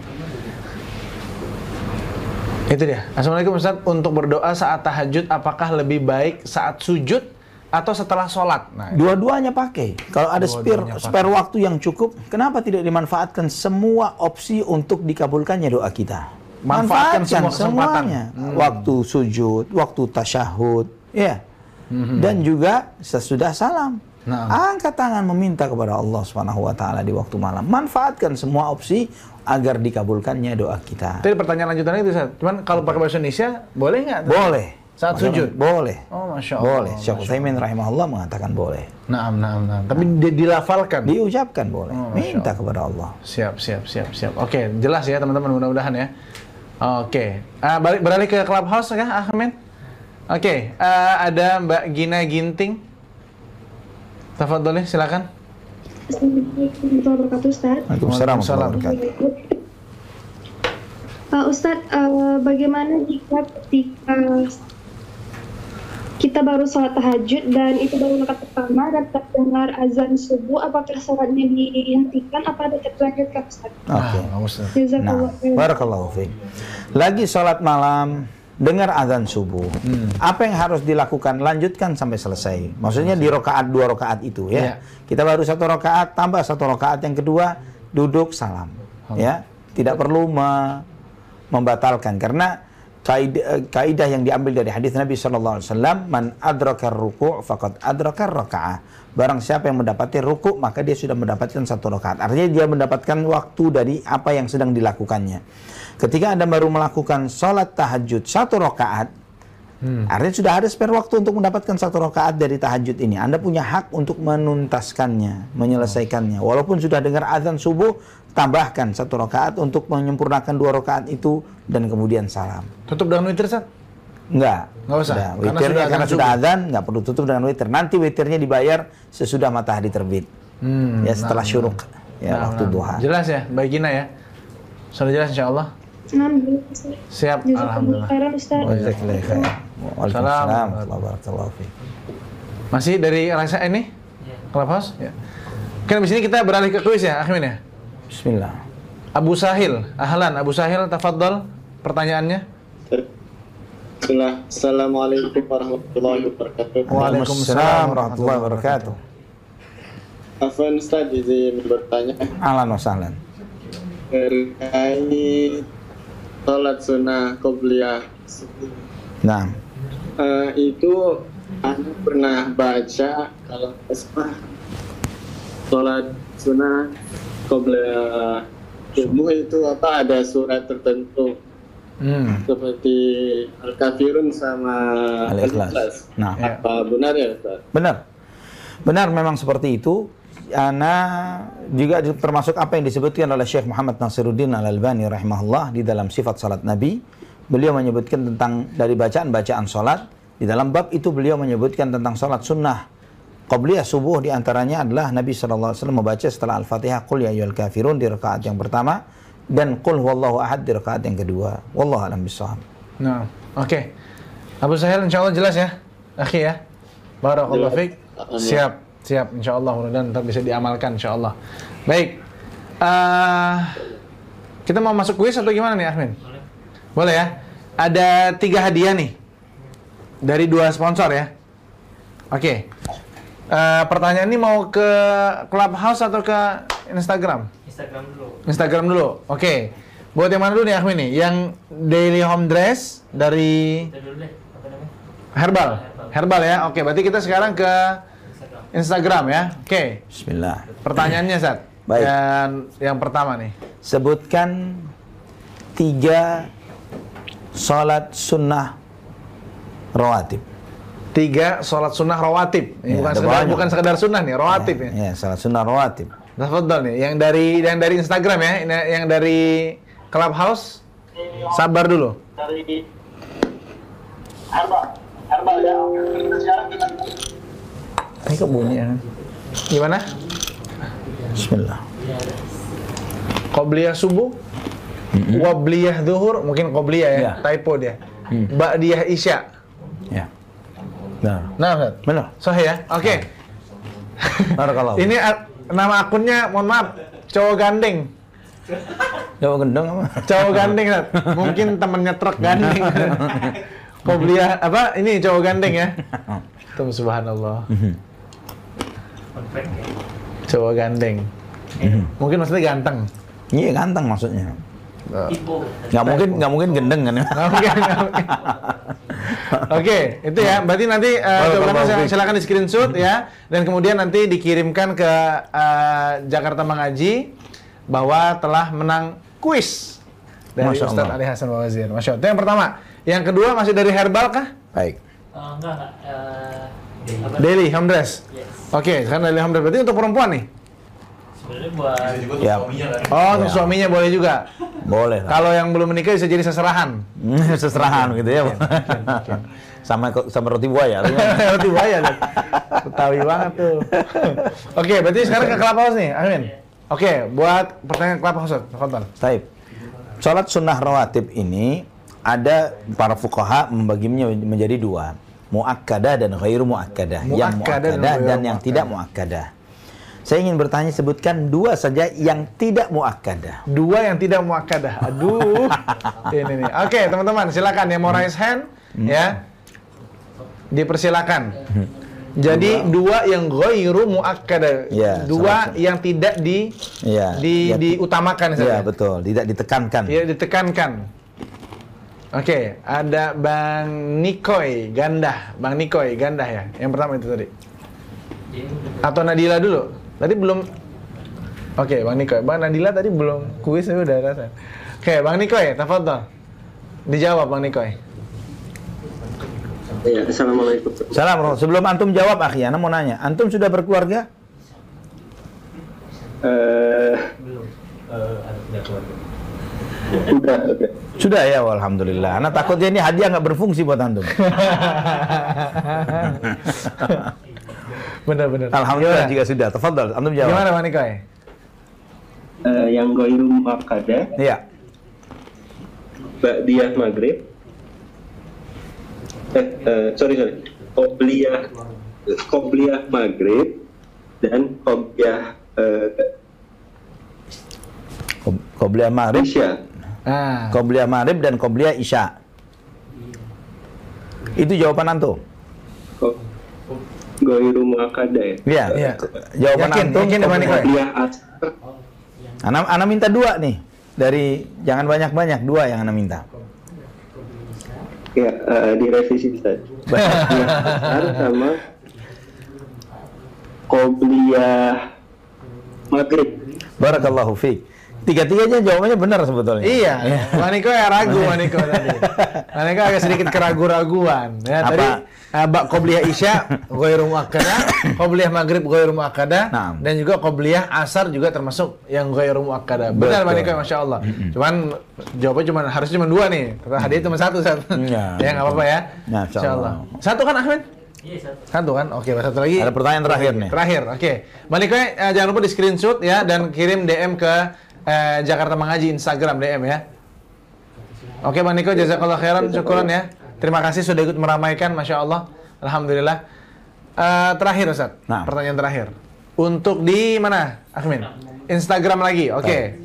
Itu dia. Assalamualaikum Ustaz. Untuk berdoa saat tahajud, apakah lebih baik saat sujud atau setelah sholat? Nah, dua-duanya pakai. Kalau ada spare waktu yang cukup, kenapa tidak dimanfaatkan semua opsi untuk dikabulkannya doa kita? Manfaatkan semua kesempatan. Semuanya. Waktu sujud, waktu tasyahud, ya. Dan juga sesudah salam. Angkat tangan meminta kepada Allah Subhanahu wa taala di waktu malam. Manfaatkan semua opsi agar dikabulkannya doa kita. Tadi pertanyaan lanjutannya itu, Ustaz. Cuman kalau pakai bahasa Indonesia boleh nggak? Boleh. Saat sujud? Boleh. Oh, Masya Allah. Boleh. Syekh Utsaimin rahimahullah mengatakan boleh. Naam. Tapi dilafalkan? Diucapkan boleh. Minta kepada Allah. Siap. Oke, jelas ya teman-teman, mudah-mudahan ya. Oke. Beralih ke Clubhouse kah, Ahmed? Oke. Ada Mbak Gina Ginting. Tafadholi, silakan. Assalamualaikum warahmatullahi wabarakatuh, Ustaz. Waalaikumsalam warahmatullahi wabarakatuh. Ustaz, bagaimana jika ketika kita baru sholat tahajud dan itu baru rakaat pertama dan terdengar azan subuh, apakah sholatnya dihentikan apa tetap dilanjutkan, Ustaz? Oke. Nah, barakallahu fiik. Lagi sholat malam, dengar azan subuh. Apa yang harus dilakukan? Lanjutkan sampai selesai. Maksudnya di rakaat 2 rakaat itu ya. Kita baru 1 rakaat, tambah 1 rakaat yang kedua, duduk salam. Ya, tidak perlu membatalkan karena kaidah yang diambil dari hadis Nabi sallallahu alaihi wasallam, man adrakar ruku' faqad adrakar raka'ah. Barang siapa yang mendapati ruku' maka dia sudah mendapatkan 1 rakaat. Artinya dia mendapatkan waktu dari apa yang sedang dilakukannya. Ketika Anda baru melakukan sholat tahajud 1 rakaat, artinya sudah ada spare waktu untuk mendapatkan 1 rakaat dari tahajud ini. Anda punya hak untuk menuntaskannya, menyelesaikannya. Walaupun sudah dengar azan subuh, tambahkan 1 rakaat untuk menyempurnakan 2 rakaat itu dan kemudian salam. Tutup dengan witir, Ustaz? Enggak usah. Witirnya karena sudah azan, nggak perlu tutup dengan witir. Nanti witirnya dibayar sesudah matahari terbit. Ya, setelah syuruk. Ya, waktu duha. Jelas ya, Mbak Gina ya? Sudah jelas insyaallah? Siap, alhamdulillah. Waalaikumsalam warahmatullahi wabarakatuh. Masih dari Raisa ini? Clubhouse? Ya. Kan di sini kita beralih ke kuis ya, Akhmin ya? Bismillah. Abu Sahil, ahlan. Abu Sahil, tafadhol pertanyaannya. Assalamualaikum warahmatullahi wabarakatuh. Waalaikumsalam warahmatullahi wabarakatuh. Afwan Ustaz, izin bertanya. Ahlan wa sahlan. Terkait sholat sunnah qobliyah. Nah. Itu Anda pernah baca kalau sholat sunnah qobliyah subuh itu apa ada surat tertentu seperti Al-Kafirun sama Al-Ikhlas. Nah, apa benar ya Ustaz? Benar memang seperti itu. Ana juga termasuk apa yang disebutkan oleh Syekh Muhammad Nasiruddin Al-Albani rahimahullah di dalam sifat salat Nabi. Beliau menyebutkan tentang dari bacaan-bacaan salat. Di dalam bab itu beliau menyebutkan tentang salat sunnah qobliyah subuh, di antaranya adalah Nabi sallallahu alaihi wasallam membaca setelah Al-Fatihah qul ya ayyuhal kafirun di rakaat yang pertama dan qul huwallahu ahad di rakaat yang kedua. Wallahu a'lam bishawab. Nah, oke. Abu Sahil insyaallah jelas ya. Akhi ya. Barakallahu fiik. Siap. Siap, insya Allah. Mudah-mudahan ntar bisa diamalkan, insya Allah. Baik. Kita mau masuk kuis atau gimana nih, Ahmin? Boleh ya? Ada 3 hadiah nih. Dari 2 sponsor ya. Oke. Pertanyaan ini mau ke Clubhouse atau ke Instagram? Instagram dulu. Oke. Buat yang mana dulu nih, Ahmin nih? Yang Daily Home Dress dari Herbal. Herbal ya. Oke, berarti kita sekarang ke Instagram ya. Oke. Bismillah. Pertanyaannya, Zat. Baik. Dan yang pertama nih. Sebutkan 3 sholat sunnah rawatib. 3 sholat sunnah rawatib. Ini Ya, bukan sekedar sunnah nih, rawatib ya. Ya, sholat sunnah rawatib. Tafadhol nih, yang dari Instagram ya, yang dari Clubhouse. Sabar dulu. Dari Herbal ya. Sekarang kita Ini kok bunyi ya? Gimana? Bismillah. Qobliyah subuh, wabliyah zuhur, mungkin qobliyah ya, Ya. typo dia. Ba'diyah isya. Ya. Benar. Nah, Ustaz. Benar. Sahih ya? Oke. Barakallahu. Ini nama akunnya, mohon maaf, cowok gandeng. Coba gendong apa? Cowok gandeng, Ustaz. Mungkin temennya truk gandeng. Qobliyah apa? Ini cowok gandeng ya. Tuh, subhanallah. Cowok gandeng. Mungkin maksudnya ganteng. Iya, ganteng maksudnya. Nggak mungkin gendeng kan? Nggak mungkin. Oke, itu ya. Berarti nanti jawabannya silakan di screenshot ya, dan kemudian nanti dikirimkan ke Jakarta Mengaji bahwa telah menang kuis dari Masya Ustadz Allah. Ali Hasan Wazir. Masya Allah. Itu yang pertama. Yang kedua masih dari Herbal kah? Baik. Enggak. Daily Home Dress. Yes. Oke, sekarang Daily Home Dress. Berarti untuk perempuan nih? Sebenarnya buat Ya. Oh, untuk suaminya boleh juga. Boleh lah. Kalau yang belum menikah bisa jadi seserahan. Seserahan gitu ya. Sama roti buaya. Roti buaya loh. Betawi banget tuh. Oke, berarti sekarang ke Clubhouse nih, Amin. Oke, buat pertanyaan Clubhouse, Fadlan. Taib. Sholat sunnah rawatib ini ada para fuqaha membaginya menjadi 2, muakkadah dan ghairu muakkadah. Yang Muakkadah dan muakkadah ghairu dan yang tidak muakkadah. Saya ingin bertanya, sebutkan 2 saja yang tidak muakkadah. 2 yang tidak muakkadah. Aduh. Ini nih. Oke, teman-teman, silakan yang mau raise hand ya. Dipersilakan. Jadi 2 yang ghairu muakkadah. Ya, 2 yang tidak Ya. diutamakan Iya, saja. betul. Tidak ditekankan. Ya, ditekankan. Oke, ada Bang Nikoy Gandah. Bang Nikoy Gandah ya. Yang pertama itu tadi. Atau Nadila dulu? Tadi belum. Oke, Bang Nikoy. Bang Nadila tadi belum kuis, saya udah rasa. Oke, Bang Nikoy, tafadhol. Dijawab Bang Nikoy. Ya, assalamualaikum. Salam. Sebelum antum jawab, akhi, ana mau nanya. Antum sudah berkeluarga? Udah. Sudah ya, alhamdulillah. Ana takutnya ini hadiah nggak berfungsi buat antum. Benar-benar. Alhamdulillah jika sudah. Tafadhol, antum jawab. Gimana Bang Nikoy? Yang ghairu muakkadah, Iya. ba'diyah maghrib. Sorry. Qobliyah maghrib dan Qobliyah maghrib, isya. qobliyah maghrib dan qobliyah isya. Itu jawaban antum. Ghairu muakkadah ya. Iya. Iya. Jawaban Yakin, antum. yakin, Bang Nikoy? Qobliyah asar. Ana minta 2 nih. Dari jangan banyak-banyak, 2 yang ana minta. Ya, direvisi Ustaz. Qobliyah asar sama qobliyah maghrib. Barakallahu fiik. Tiga-tiganya jawabannya benar sebetulnya. Iya, Bang Nikoy ragu Bang Nikoy tadi. Bang Nikoy agak sedikit keraguan-raguan. Ya, Apa? tadi qobliyah isya ghairu muakkadah, qobliyah maghrib ghairu muakkadah, Naam. dan juga qobliyah asar juga termasuk yang ghairu muakkadah. Benar Bang Betul. Nikoy, Masya Allah. Cuman jawabannya harusnya cuma 2 nih. Hadiah cuma 1. Iya. Ya nggak apa-apa ya. Masya Allah. 1 kan Ahmed? Iya, 1 kan? Oke, 1 lagi. Ada pertanyaan terakhir nih. Terakhir, oke. Bang Nikoy, jangan lupa di screenshot ya dan kirim DM ke Jakarta Mengaji Instagram DM ya. Oke Bang Nikoy, jazakallah khairan, syukuran ya. Terima kasih sudah ikut meramaikan, Masya Allah. Alhamdulillah. Terakhir Ustaz, Nah. pertanyaan terakhir. Untuk di mana, Akhmin? Instagram lagi, oke.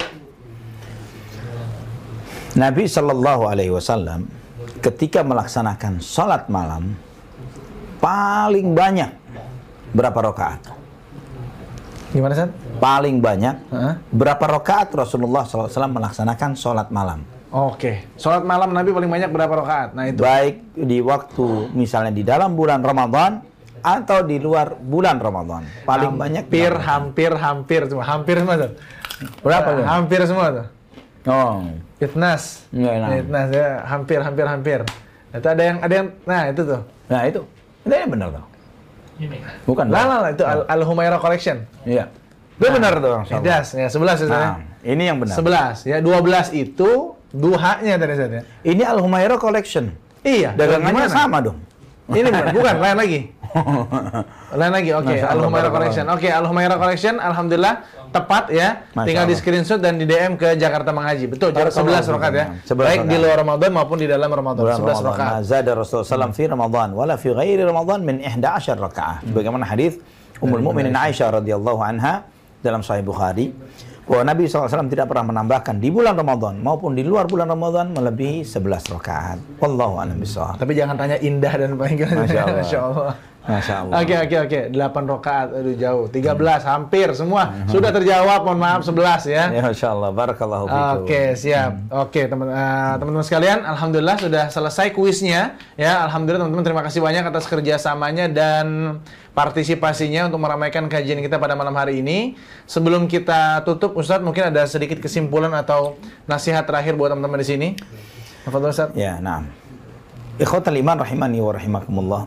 Nabi Shallallahu Alaihi Wasallam ketika melaksanakan sholat malam paling banyak berapa rakaat? Gimana Ustaz? Paling banyak Heeh. berapa rakaat Rasulullah SAW melaksanakan sholat malam? Oke, sholat malam Nabi paling banyak berapa rakaat? Nah itu. Baik di waktu misalnya di dalam bulan Ramadan atau di luar bulan Ramadan. Paling banyak hampir semua tuh. Berapa tuh? Hampir semua tuh. Oh, Fitnas. Iya, nah. Fitnas ya, hampir. Itu ada yang nah itu tuh. nah itu yang benar tuh. Ini. Bukan? Lah itu Al-Humairah Collection. Iya. Itu benar tuh. Fitnas ya 11 Ustaz ya. Nah, ini yang benar. 11 ya, 12 itu duhanya tadi Ustaz ya. Ini Al-Humairah Collection. Iya, Dagangannya gimana? sama dong. Ini bukan, lain lagi. Lain lagi, oke. Masya Allah, Al-Humairah barakallah. Collection. Oke, Al-Humairah Collection, alhamdulillah tepat ya. Masya Tinggal di Allah. screenshot dan di DM ke Jakarta Mengaji. Betul, Barakallah. 11 rakaat ya. 11 Baik di rakaat. luar Ramadan maupun di dalam Ramadan. Bulan 11 Ramadan. rakaat. Ma zada Rasulullah SAW fi Ramadan wala fi ghairi Ramadan min 11 rakaat. Bagaimana hadis Ummul Mukminin Aisyah radhiyallahu anha dalam Sahih Bukhari bahwa Nabi SAW tidak pernah menambahkan di bulan Ramadan maupun di luar bulan Ramadan melebihi 11 rakaat. Wallahu a'lam bishawab. Tapi jangan tanya indah dan panggilan. Masya Allah. Masya Allah. Masya Allah. Oke. 8 rakaat, aduh jauh. 13 hampir semua sudah terjawab. Mohon maaf 11 ya. Ya Masya Allah. Barakallahu fikum. Oke, siap. Oke, teman-teman sekalian, alhamdulillah sudah selesai kuisnya. Ya, alhamdulillah teman-teman, terima kasih banyak atas kerjasamanya dan partisipasinya untuk meramaikan kajian kita pada malam hari ini. Sebelum kita tutup, Ustadz, mungkin ada sedikit kesimpulan atau nasihat terakhir buat teman-teman di sini. Tafadhol, Ustadz. Ya, nah. Ikhwatal iman rahimani wa rahimakumullah.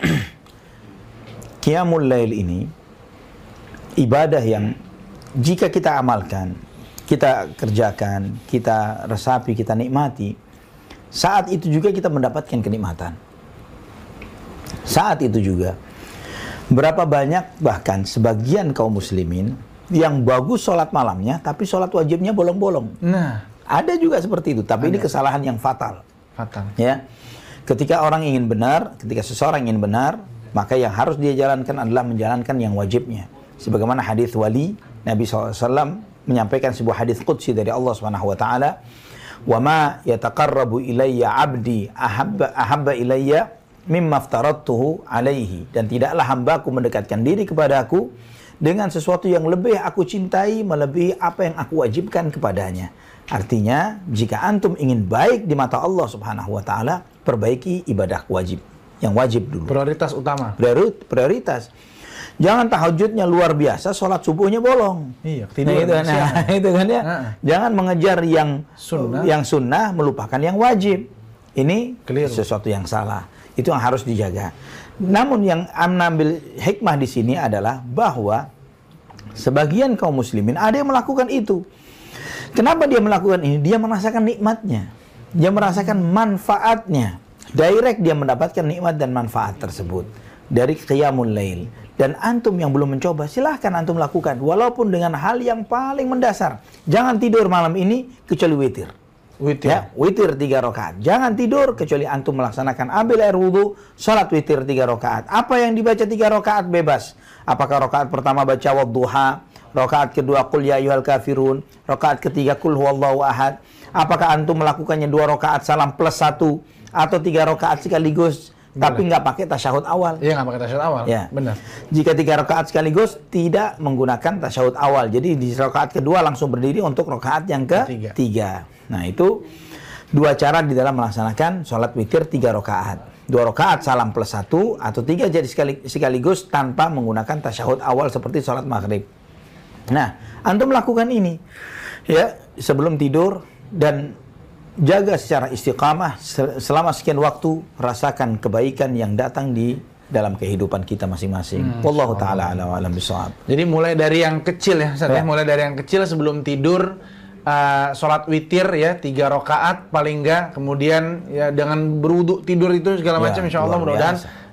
Qiyamul Lail ini ibadah yang jika kita amalkan, kita kerjakan, kita resapi, kita nikmati, saat itu juga kita mendapatkan kenikmatan. Saat itu juga berapa banyak bahkan sebagian kaum muslimin yang bagus sholat malamnya tapi sholat wajibnya bolong-bolong. Nah, Ada juga seperti itu, tapi ini kesalahan yang fatal. fatal. Ya, ketika orang ingin benar, ketika seseorang ingin benar, maka yang harus dia jalankan adalah menjalankan yang wajibnya. Sebagaimana hadis wali Nabi SAW menyampaikan sebuah hadis qudsi dari Allah Subhanahu Wa Taala, wa ma yataqarrabu ilayya abdi ahabba ilayya mimma aftaradtuhu alaihi, dan tidaklah hambaku mendekatkan diri kepadaku dengan sesuatu yang lebih aku cintai melebihi apa yang aku wajibkan kepadanya. Artinya, jika antum ingin baik di mata Allah Subhanahu Wa Taala, perbaiki ibadah wajib, yang wajib dulu. Prioritas utama. Prioritas. Jangan tahajudnya luar biasa, sholat subuhnya bolong. Iya, Nah, itu kan, itu kan ya. Jangan mengejar yang sunnah, melupakan yang wajib. Ini Keliru. sesuatu yang salah. Itu yang harus dijaga. Namun yang ambil hikmah di sini adalah bahwa sebagian kaum muslimin ada yang melakukan itu. Kenapa dia melakukan ini? Dia merasakan nikmatnya. Dia merasakan manfaatnya. Direct dia mendapatkan nikmat dan manfaat tersebut dari qiyamul lail. Dan antum yang belum mencoba, silahkan antum lakukan. Walaupun dengan hal yang paling mendasar. Jangan tidur malam ini kecuali witir. Witir. Ya, witir 3 rakaat. Jangan tidur kecuali antum melaksanakan ambil air wudhu, salat witir 3 rakaat. Apa yang dibaca 3 rakaat bebas. Apakah rakaat pertama baca wadduha, rakaat kedua qul ya ayyuhal kafirun, rakaat ketiga qul huwallahu ahad. Apakah antum melakukannya 2 rakaat salam plus 1 atau 3 rakaat sekaligus tapi nggak pakai tasyahud awal? Iya, nggak pakai tasyahud awal. Ya. Benar. Jika 3 rakaat sekaligus tidak menggunakan tasyahud awal. Jadi di rakaat kedua langsung berdiri untuk rakaat yang ketiga. Nah, itu 2 cara di dalam melaksanakan sholat witir 3 rakaat. 2 rakaat salam plus 1 atau 3 jadi sekaligus tanpa menggunakan tasyahud awal seperti sholat maghrib. Nah, antum melakukan ini ya sebelum tidur dan jaga secara istiqamah selama sekian waktu, rasakan kebaikan yang datang di dalam kehidupan kita masing-masing. Wallahu taala alam bisawab. Jadi mulai dari yang kecil ya, Ustaz, ya. Mulai dari yang kecil sebelum tidur sholat witir ya 3 rakaat paling enggak, kemudian ya dengan berwudu tidur itu segala macam, insya Allah luar mudah-mudahan biasa.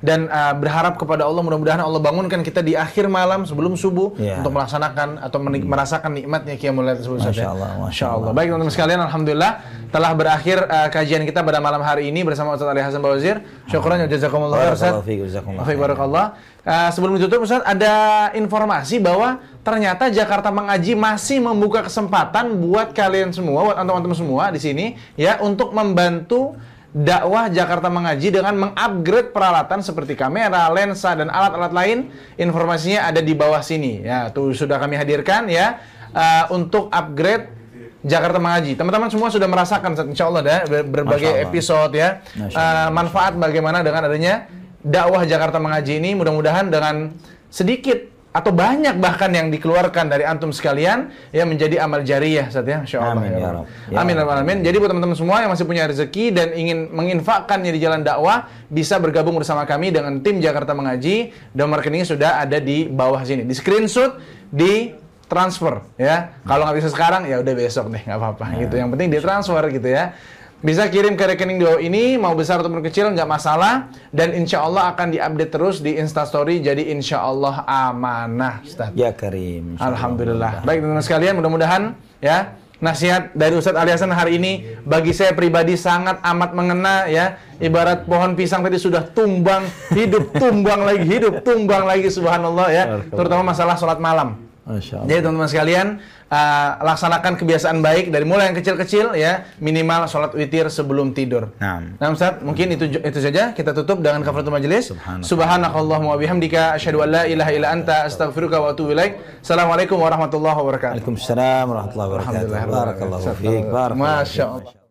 dan berharap kepada Allah mudah-mudahan Allah bangunkan kita di akhir malam sebelum subuh Ya. untuk melaksanakan atau merasakan nikmatnya qiyamul lail tersebut. Masya Allah, Masya Allah. Baik teman-teman sekalian, alhamdulillah telah berakhir kajian kita pada malam hari ini bersama Ustaz Ali Hasan Bawazir. Syukran wa jazakumullah khairan Ustaz. Barakallahu fiik, jazakumullah Baik, barakallah. Sebelum ditutup Ustaz, ada informasi bahwa ternyata Jakarta Mengaji masih membuka kesempatan buat kalian semua, buat teman-teman semua di sini ya, untuk membantu dakwah Jakarta Mengaji dengan mengupgrade peralatan seperti kamera, lensa, dan alat-alat lain. Informasinya ada di bawah sini ya, tuh sudah kami hadirkan ya, untuk upgrade Jakarta Mengaji. Teman-teman semua sudah merasakan insya Allah ya, berbagai episode ya, manfaat bagaimana dengan adanya dakwah Jakarta Mengaji ini. Mudah-mudahan dengan sedikit atau banyak bahkan yang dikeluarkan dari antum sekalian ya menjadi amal jariyah Ustaz ya, insyaallah. Amin ya Rabb. Amin ya Rabbal alamin. Jadi buat teman-teman semua yang masih punya rezeki dan ingin menginfakkannya di jalan dakwah, bisa bergabung bersama kami dengan tim Jakarta Mengaji. Nomor rekeningnya sudah ada di bawah sini. Di screenshot, di transfer ya. Kalau nggak bisa sekarang ya udah besok deh, nggak apa-apa gitu. Yang penting ditransfer gitu ya. Bisa kirim ke rekening di bawah ini, mau besar ataupun kecil nggak masalah, dan insya Allah akan diupdate terus di Instastory. Jadi insya Allah amanah, Ustaz. Ya Karim. Alhamdulillah. Baik teman-teman sekalian, mudah-mudahan ya nasihat dari Ustaz Ali Hasan hari ini bagi saya pribadi sangat amat mengena ya. Ibarat pohon pisang tadi sudah tumbang, hidup tumbang lagi, hidup tumbang lagi, subhanallah ya. Terutama masalah sholat malam. Masya Allah. Jadi teman-teman sekalian, laksanakan kebiasaan baik dari mulai yang kecil-kecil ya, minimal sholat witir sebelum tidur. Nah Ustaz, mungkin itu saja. Kita tutup dengan kafaratul majelis. Subhanakallahumma wa bihamdika asyhadu an la ilaha illa anta astaghfiruka wa atubu ilaik. Assalamualaikum warahmatullahi wabarakatuh. Waalaikumsalam warahmatullahi wabarakatuh. Barakallahu fiik. Barakallahu. Masya Allah.